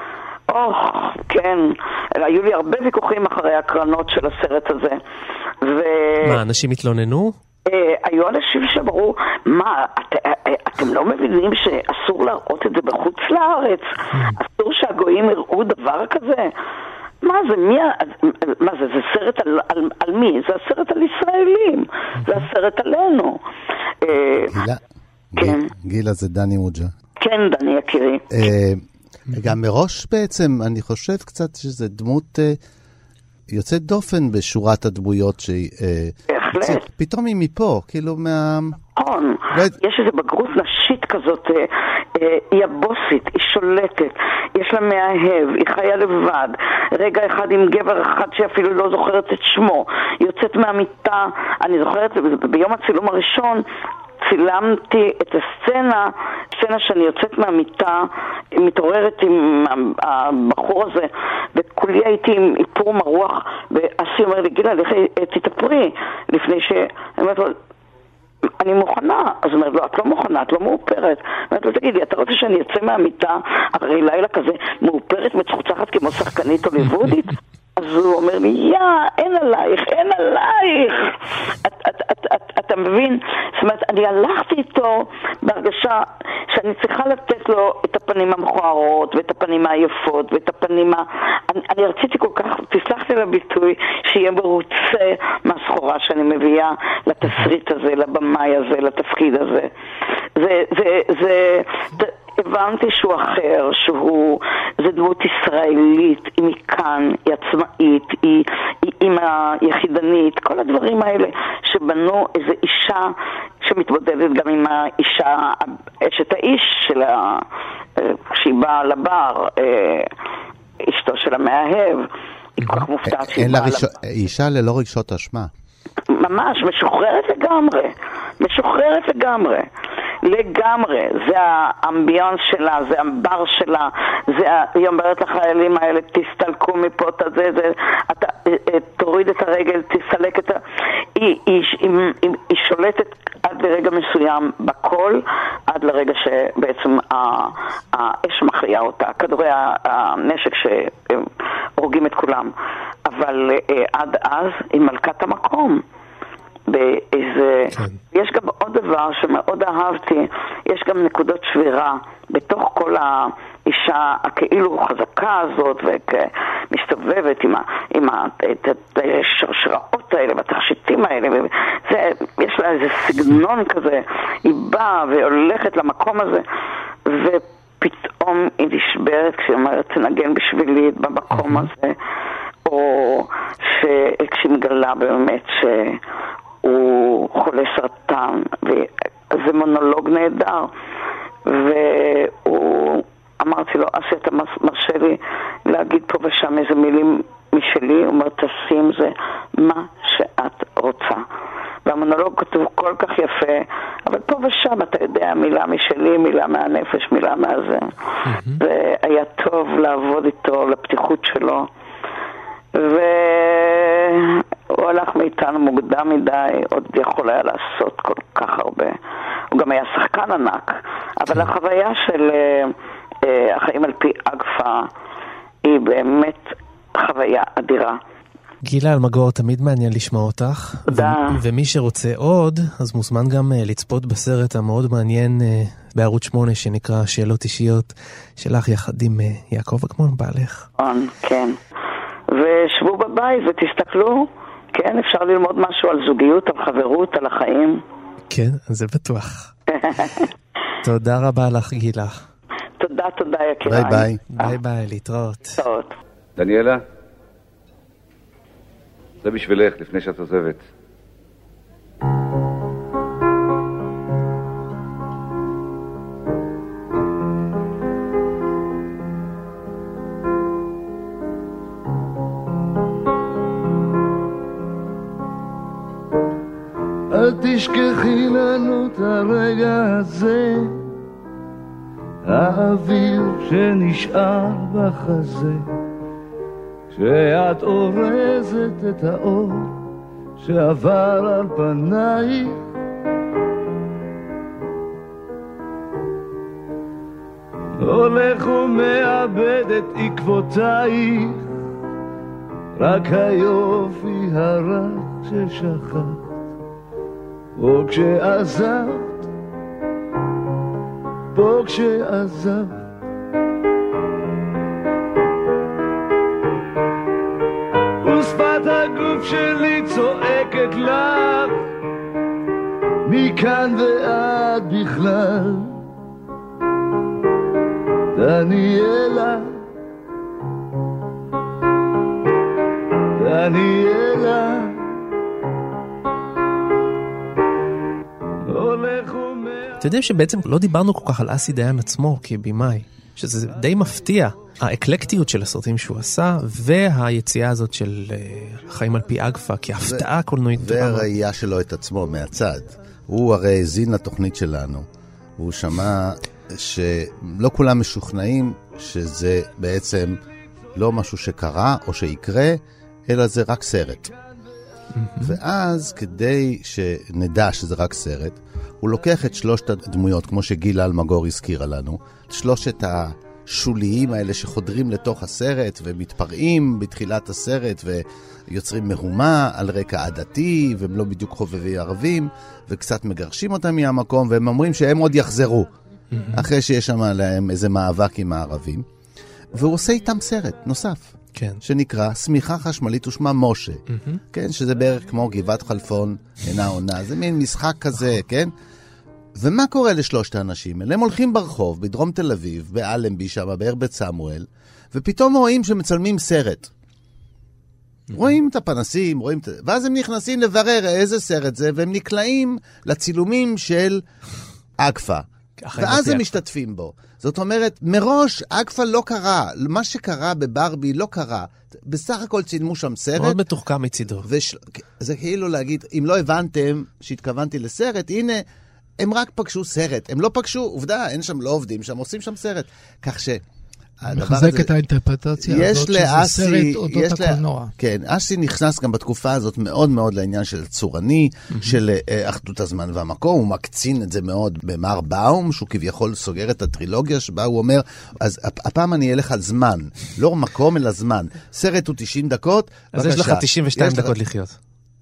כן, היו לי הרבה ויכוחים אחרי הקרנות של הסרט הזה.
מה, אנשים התלוננו?
היו אנשים שאמרו, מה, אתם לא מבינים שאסור להראות את זה בחוץ לארץ? אסור שהגויים יראו דבר כזה? מה זה, מה זה, זה סרט על מי? זה הסרט על ישראלים, זה הסרט עלינו.
גילה, זה דני מוג'ה.
כן, דני יקירי.
גם מראש בעצם, אני חושב קצת שזה דמות יוצאת דופן בשורת הדמויות
בהחלט.
פתאום היא מפה, כאילו
נכון, יש איזו בגרות נשית כזאת, היא הבוסית, היא שולטת, יש לה מאהב, היא חיה לבד, רגע אחד עם גבר אחד שאפילו לא זוכרת את שמו, היא יוצאת מהמיטה, אני זוכרת, ביום הצילום הראשון, צילמתי את הסצנה שאני יוצאת מהמיטה, מתעוררת עם הבחור הזה, וכולי הייתי עם איפור מרוח, ואסי אומר לי, גילה, תתאפרי, לפני אני אומרת לו, אני מוכנה. אז הוא אומר, לא, את לא מוכנה, את לא מאופרת. אומרת לו, תגידי, אתה רוצה שאני אצא מהמיטה אחרי לילה כזה מאופרת, מצחוצחת כמו שחקנית הוליוודית? אז הוא אומר לי, אין עלייך, אין עלייך. אתה מבין? זאת אומרת, אני הלכתי איתו בהרגשה שאני צריכה לתת לו את הפנים המכוערות, ואת הפנים היפות, ואת הפנים אני רציתי כל כך, תסלח לי לביטוי, שיהיה מרוצה מהסחורה שאני מביאה לתסריט הזה, לבמאי הזה, לתפקיד הזה. הבנתי שהוא אחר, זה דמות ישראלית, היא מכאן, היא עצמאית, היא אימא יחידנית, כל הדברים האלה שבנו איזו אישה שמתמודדת גם עם האישה, אשת האיש שלה, כשהיא באה לבר, אשתו של המאהב, היא כל כך מופתעת שהיא באה לבר.
אישה ללא רגשות אשמה.
ממש, משוחררת לגמרי, משוחררת לגמרי. לגמרי, זה האמביון שלה, זה הבר שלה, היא אומרת לחיילים האלה, תסתלקו מפה, אתה תוריד את הרגל, תסלק את היא שולטת עד לרגע מסוים בכל, עד לרגע שבעצם האש מכריעה אותה, כדורי הנשק שהורגים את כולם, אבל עד אז היא מלכת המקום. יש גם עוד דבר שמאוד אהבתי, יש גם נקודות שבירה בתוך כל האישה הכאילו חזקה הזאת ומסתובבת עם השרשראות האלה והתכשיטים האלה, יש לה איזה סגנון כזה, היא באה והולכת למקום הזה ופתאום היא נשברת כשהיא אומרת תנגן בשבילי במקום הזה, או כשהיא מגלה באמת הוא חולה סרטן, וזה מונולוג נהדר, והוא אמרתי לו, אסי, אתה מרשה לי להגיד פה ושם איזה מילים משלי? הוא אומר, תשים זה מה שאת רוצה. והמונולוג כתוב כל כך יפה, אבל פה ושם אתה יודע, מילה משלי, מילה מהנפש, מילה מהזה. והיה טוב לעבוד איתו, לפתיחות שלו, הוא הלך מאיתנו מוקדם מדי, עוד יכול היה לעשות כל כך הרבה. הוא גם היה שחקן ענק, אבל החוויה של החיים על פי אגפה היא באמת חוויה אדירה.
גילה אלמגור, תמיד מעניין לשמוע אותך. ומי שרוצה עוד, אז מוזמן גם לצפות בסרט המאוד מעניין בערוץ 8 שנקרא שאלות אישיות שלך יחד עם יעקב אגמון בעלך.
כן. ושבו בבית ותסתכלו, כן, אפשר ללמוד משהו על זוגיות, על חברות, על החיים.
כן, זה בטוח. תודה רבה לך, גילה.
תודה, יקיריי.
ביי.
ביי ביי, להתראות.
דניאלה, זה בשבילך לפני שאת עוזבת.
אל תשכחי לנו את הרגע הזה, האוויר שנשאר בחזה, כשאת אורזת את האור שעבר על פנייך, הולך ומאבד את עקבותייך, רק היופי הרך ששכח פה כשעזבת, פה כשעזבת. ושפת הגוף שלי צועקת לך מכאן ועד בכלל, דניאלה, דניאלה,
אתה יודע שבעצם לא דיברנו כל כך על אסי דיין עצמו כבימאי, שזה די מפתיע. האקלקטיות של הסרטים שהוא עשה, והיציאה הזאת של חיים על פי אגפה, כהפתעה קולנועית.
והראייה שלו את עצמו מהצד. הוא הרי הזין לתוכנית שלנו. והוא שמע שלא כולם משוכנעים שזה בעצם לא משהו שקרה או שיקרה, אלא זה רק סרט. ואז כדי שנדע שזה רק סרט, הוא לוקח את שלושת הדמויות, כמו שגיל אלמגור הזכירה לנו, שלושת השוליים האלה שחודרים לתוך הסרט ומתפרעים בתחילת הסרט ויוצרים מהומה על רקע עדתי, והם לא בדיוק חובבי ערבים, וקצת מגרשים אותם מהמקום, והם אומרים שהם עוד יחזרו, אחרי שיש שם להם איזה מאבק עם הערבים. והוא עושה איתם סרט נוסף.
כן.
שנקרא סמיכה חשמלית ושמה משה. כן, שזה בערך כמו גבעת חלפון אינה עונה. זה מין משחק כזה, כן? ומה קורה לשלושת האנשים? הם הולכים ברחוב, בדרום תל אביב, באלנבי שם, בהרבית סמואל, ופתאום רואים שמצלמים סרט. רואים את הפנסים, ואז הם נכנסים לברר איזה סרט זה, והם נקלעים לצילומים של אגפה. ואז הם משתתפים בו. זאת אומרת, מראש אגפה לא קרה. מה שקרה בברבי לא קרה. בסך הכל צילמו שם סרט.
מאוד מתוחכם מצידו.
זה כאילו להגיד, אם לא הבנתם שהתכוונתי לסרט, הנה, הם רק פגשו סרט. הם לא פגשו, עובדה, אין שם לא עובדים, שם עושים שם סרט. כך ש...
מחזק את האינטרפרטציה הזאת שזה סרט אודות הקולנוע.
כן, אסי נכנס גם בתקופה הזאת מאוד מאוד לעניין של צורני, של אחדות הזמן והמקום, הוא מקצין את זה מאוד במר באום, שהוא כביכול סוגר את הטרילוגיה שבה הוא אומר, אז הפעם אני אלך על זמן, לא מקום אלא זמן. סרט הוא 90 דקות,
אז יש לך 92 דקות לחיות.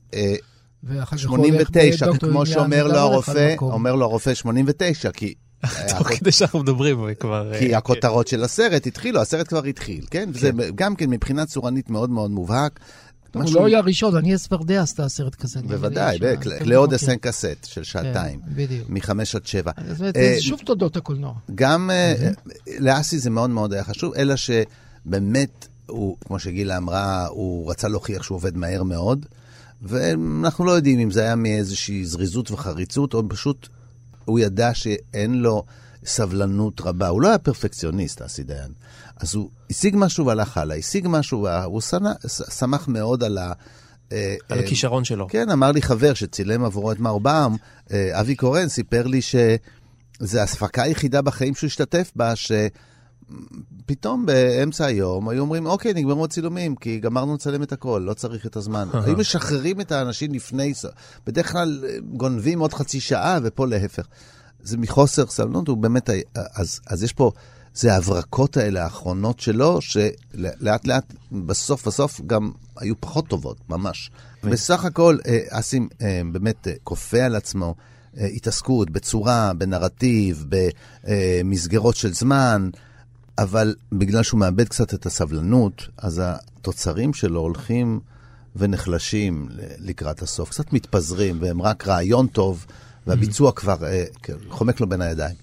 89, כמו שאומר לו הרופא, אומר לו הרופא 89, כי...
תוך כדי שאנחנו מדברים כבר...
כי הכותרות של הסרט התחילו, הסרט כבר התחיל, כן? וזה גם כן מבחינה צורנית מאוד מאוד מובהק.
הוא לא היה ראשון, אני אספרדיה עשתה סרט כזה.
בוודאי, לעוד אסן קסט של שעתיים. מ5 עד 7.
זה שוב תודות הקולנוע.
גם לאסי זה מאוד מאוד היה חשוב, אלא שבאמת, כמו שגילה אמרה, הוא רצה להוכיח שהוא עובד מהר מאוד, ואנחנו לא יודעים אם זה היה מאיזושהי זריזות וחריצות, או פשוט... הוא ידע שאין לו סבלנות רבה. הוא לא היה פרפקציוניסט, אסי דיין. אז הוא השיג משהו והלך הלאה. השיג משהו, הוא שמח מאוד על
הכישרון שלו.
כן, אמר לי חבר שצילם עבורו את מר באום, אבי קורן סיפר לי שזה ההפקה היחידה בחיים שהוא השתתף בה, שפתאום באמצע היום היו אומרים, אוקיי, נגמרו הצילומים, כי גמרנו לצלם את הכל, לא צריך את הזמן. היו משחררים את האנשים לפני, בדרך כלל גונבים עוד חצי שעה, ופה להפך. זה מחוסר סבלנות, הוא באמת, אז יש פה, זה ההברקות האלה האחרונות שלו, שלאט לאט, בסוף גם היו פחות טובות, ממש. בסך הכל, אסים באמת כופה על עצמו, התעסקות בצורה, בנרטיב, במסגרות של זמן, אבל בגלל שהוא מאבד קצת את הסבלנות, אז התוצרים שלו הולכים ונחלשים לקראת הסוף, קצת מתפזרים, והם רק רעיון טוב, והביצוע כבר חומק לו בין הידיים.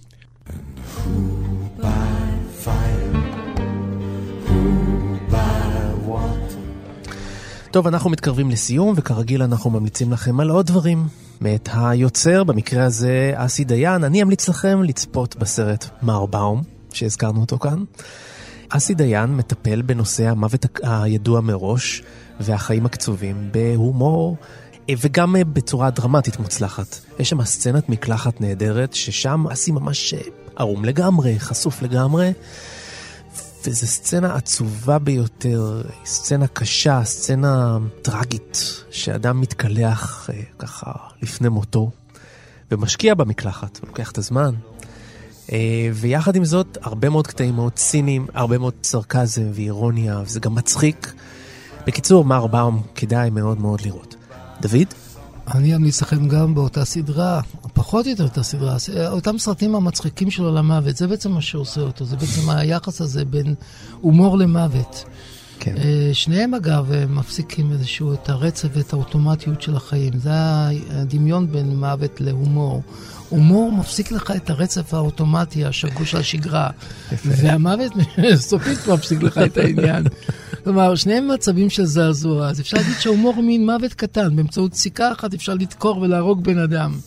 טוב, אנחנו מתקרבים לסיום, וכרגיל אנחנו ממליצים לכם על עוד דברים. מאת היוצר, במקרה הזה אסי דיין, אני אמליץ לכם לצפות בסרט מר באום, שהזכרנו אותו כאן. אסי דיין מטפל בנושא המוות הידוע מראש, והחיים הקצובים בהומור, וגם בצורה דרמטית מוצלחת. יש שם סצנת מקלחת נהדרת, ששם אסי ממש ערום לגמרי, חשוף לגמרי, וזו סצנה עצובה ביותר, סצנה קשה, סצנה טרגית, שאדם מתקלח ככה לפני מותו, ומשקיע במקלחת, ולוקח את הזמן. ויחד עם זאת, הרבה מאוד קטעים מאוד ציניים, הרבה מאוד סרקזם ואירוניה, וזה גם מצחיק. בקיצור, מר באום כדאי מאוד מאוד לראות. דוד?
אני אמליץ לכם גם באותה סדרה, פחות או יותר אותה סדרה, אותם סרטים המצחיקים של עולם המוות, זה בעצם מה שעושה אותו, זה בעצם היחס הזה בין הומור למוות.
כן.
שניהם אגב מפסיקים איזשהו את הרצף ואת האוטומטיות של החיים, זה הדמיון בין מוות להומור. הומור מפסיק לך את הרצף האוטומטי, השגור של השגרה, והמוות סופית מפסיק לך את העניין. כלומר, שניהם מצבים של זעזוע, אז אפשר להגיד שההומור מין מוות קטן, באמצעות סיכה אחת אפשר לדקור ולהרוג בן אדם.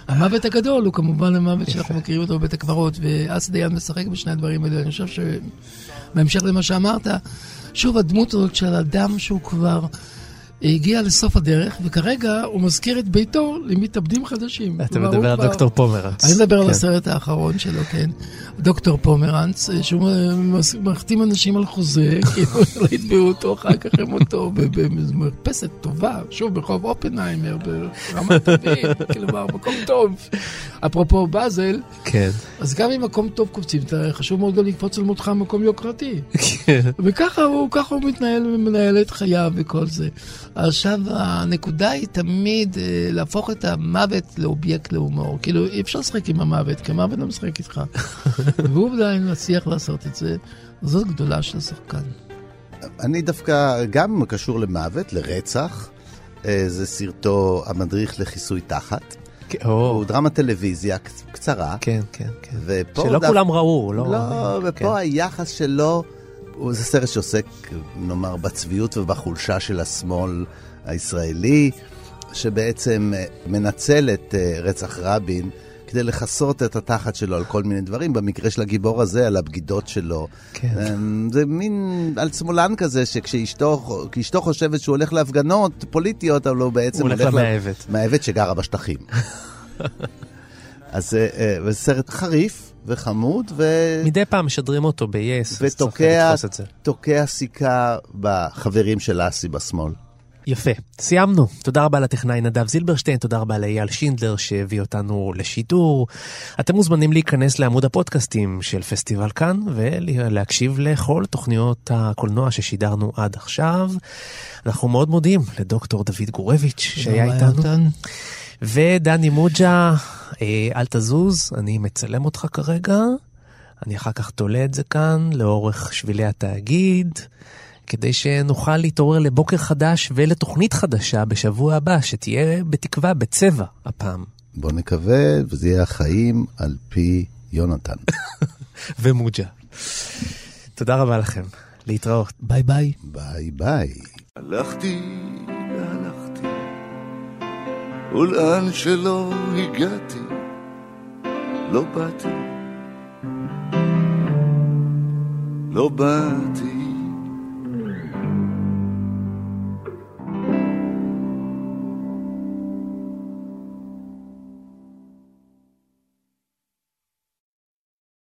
המוות הגדול הוא כמובן המוות שאנחנו מכירים אותו בבית הקברות, ואז דיין משחק בשני הדברים האלה. אני חושב שבהמשך למה שאמרת, שוב הדמות הזאת של אדם שהוא כבר הגיע לסוף הדרך, וכרגע הוא מזכיר את ביתו למתאבדים חדשים.
אתה מדבר על דוקטור פומרנץ.
אני מדבר על הסרט האחרון שלו, כן. דוקטור פומרנץ, שהוא מחתים אנשים על חוזה, כאילו לא יתביעו אותו אחר כך עם אותו, במרפסת טובה, שוב ברחוב אופנהיימר, ברמת אביב, כלומר, מקום טוב. אפרופו באזל,
כן.
אז גם אם מקום טוב קופצים, חשוב מאוד גם לקפוץ על מותך מקום יוקרתי. וככה הוא מתנהל ומנהל את חייו וכל זה. עכשיו, הנקודה היא תמיד להפוך את המוות לאובייקט להומור. כאילו, אי אפשר לשחק עם המוות, כי המוות לא משחק איתך. והוא עדיין מצליח לעשות את זה. זאת גדולה של השחקן.
אני דווקא גם קשור למוות, לרצח. זה סרטו המדריך לכיסוי תחת. הוא דרמה טלוויזיה קצרה.
כן, כן, כן. שלא כולם ראו.
לא, ופה היחס שלו, זה סרט שעוסק, נאמר, בצביעות ובחולשה של השמאל הישראלי, שבעצם מנצל את רצח רבין כדי לחסות את התחת שלו על כל מיני דברים. במקרה של הגיבור הזה, על הבגידות שלו. כן. זה מין על שמאלן כזה, כשאשתו חושבת שהוא הולך להפגנות פוליטיות, אבל הוא בעצם
הולך למאהבת.
מאהבת שגרה בשטחים. אז זה סרט חריף וחמוד,
מדי פעם משדרים אותו ב-yes.
ותוקע סיכה בחברים של אסי בשמאל.
יפה, סיימנו. תודה רבה לטכנאי נדב זילברשטיין, תודה רבה לאייל שינדלר שהביא אותנו לשידור. אתם מוזמנים להיכנס לעמוד הפודקאסטים של פסטיבל כאן, ולהקשיב לכל תוכניות הקולנוע ששידרנו עד עכשיו. אנחנו מאוד מודים לדוקטור דוד גורביץ' שהיה איתנו. ודני מוג'ה, אל תזוז, אני מצלם אותך כרגע. אני אחר כך תולה את זה כאן לאורך שבילי התאגיד. כדי שנוכל להתעורר לבוקר חדש ולתוכנית חדשה בשבוע הבא, שתהיה בתקווה בצבע הפעם.
בוא נקווה, וזה יהיה החיים על פי יונתן.
ומוג'ה. תודה רבה לכם. להתראות.
ביי ביי.
ביי ביי.
הלכתי והלכתי, ולאן שלא הגעתי, לא באתי, לא באתי.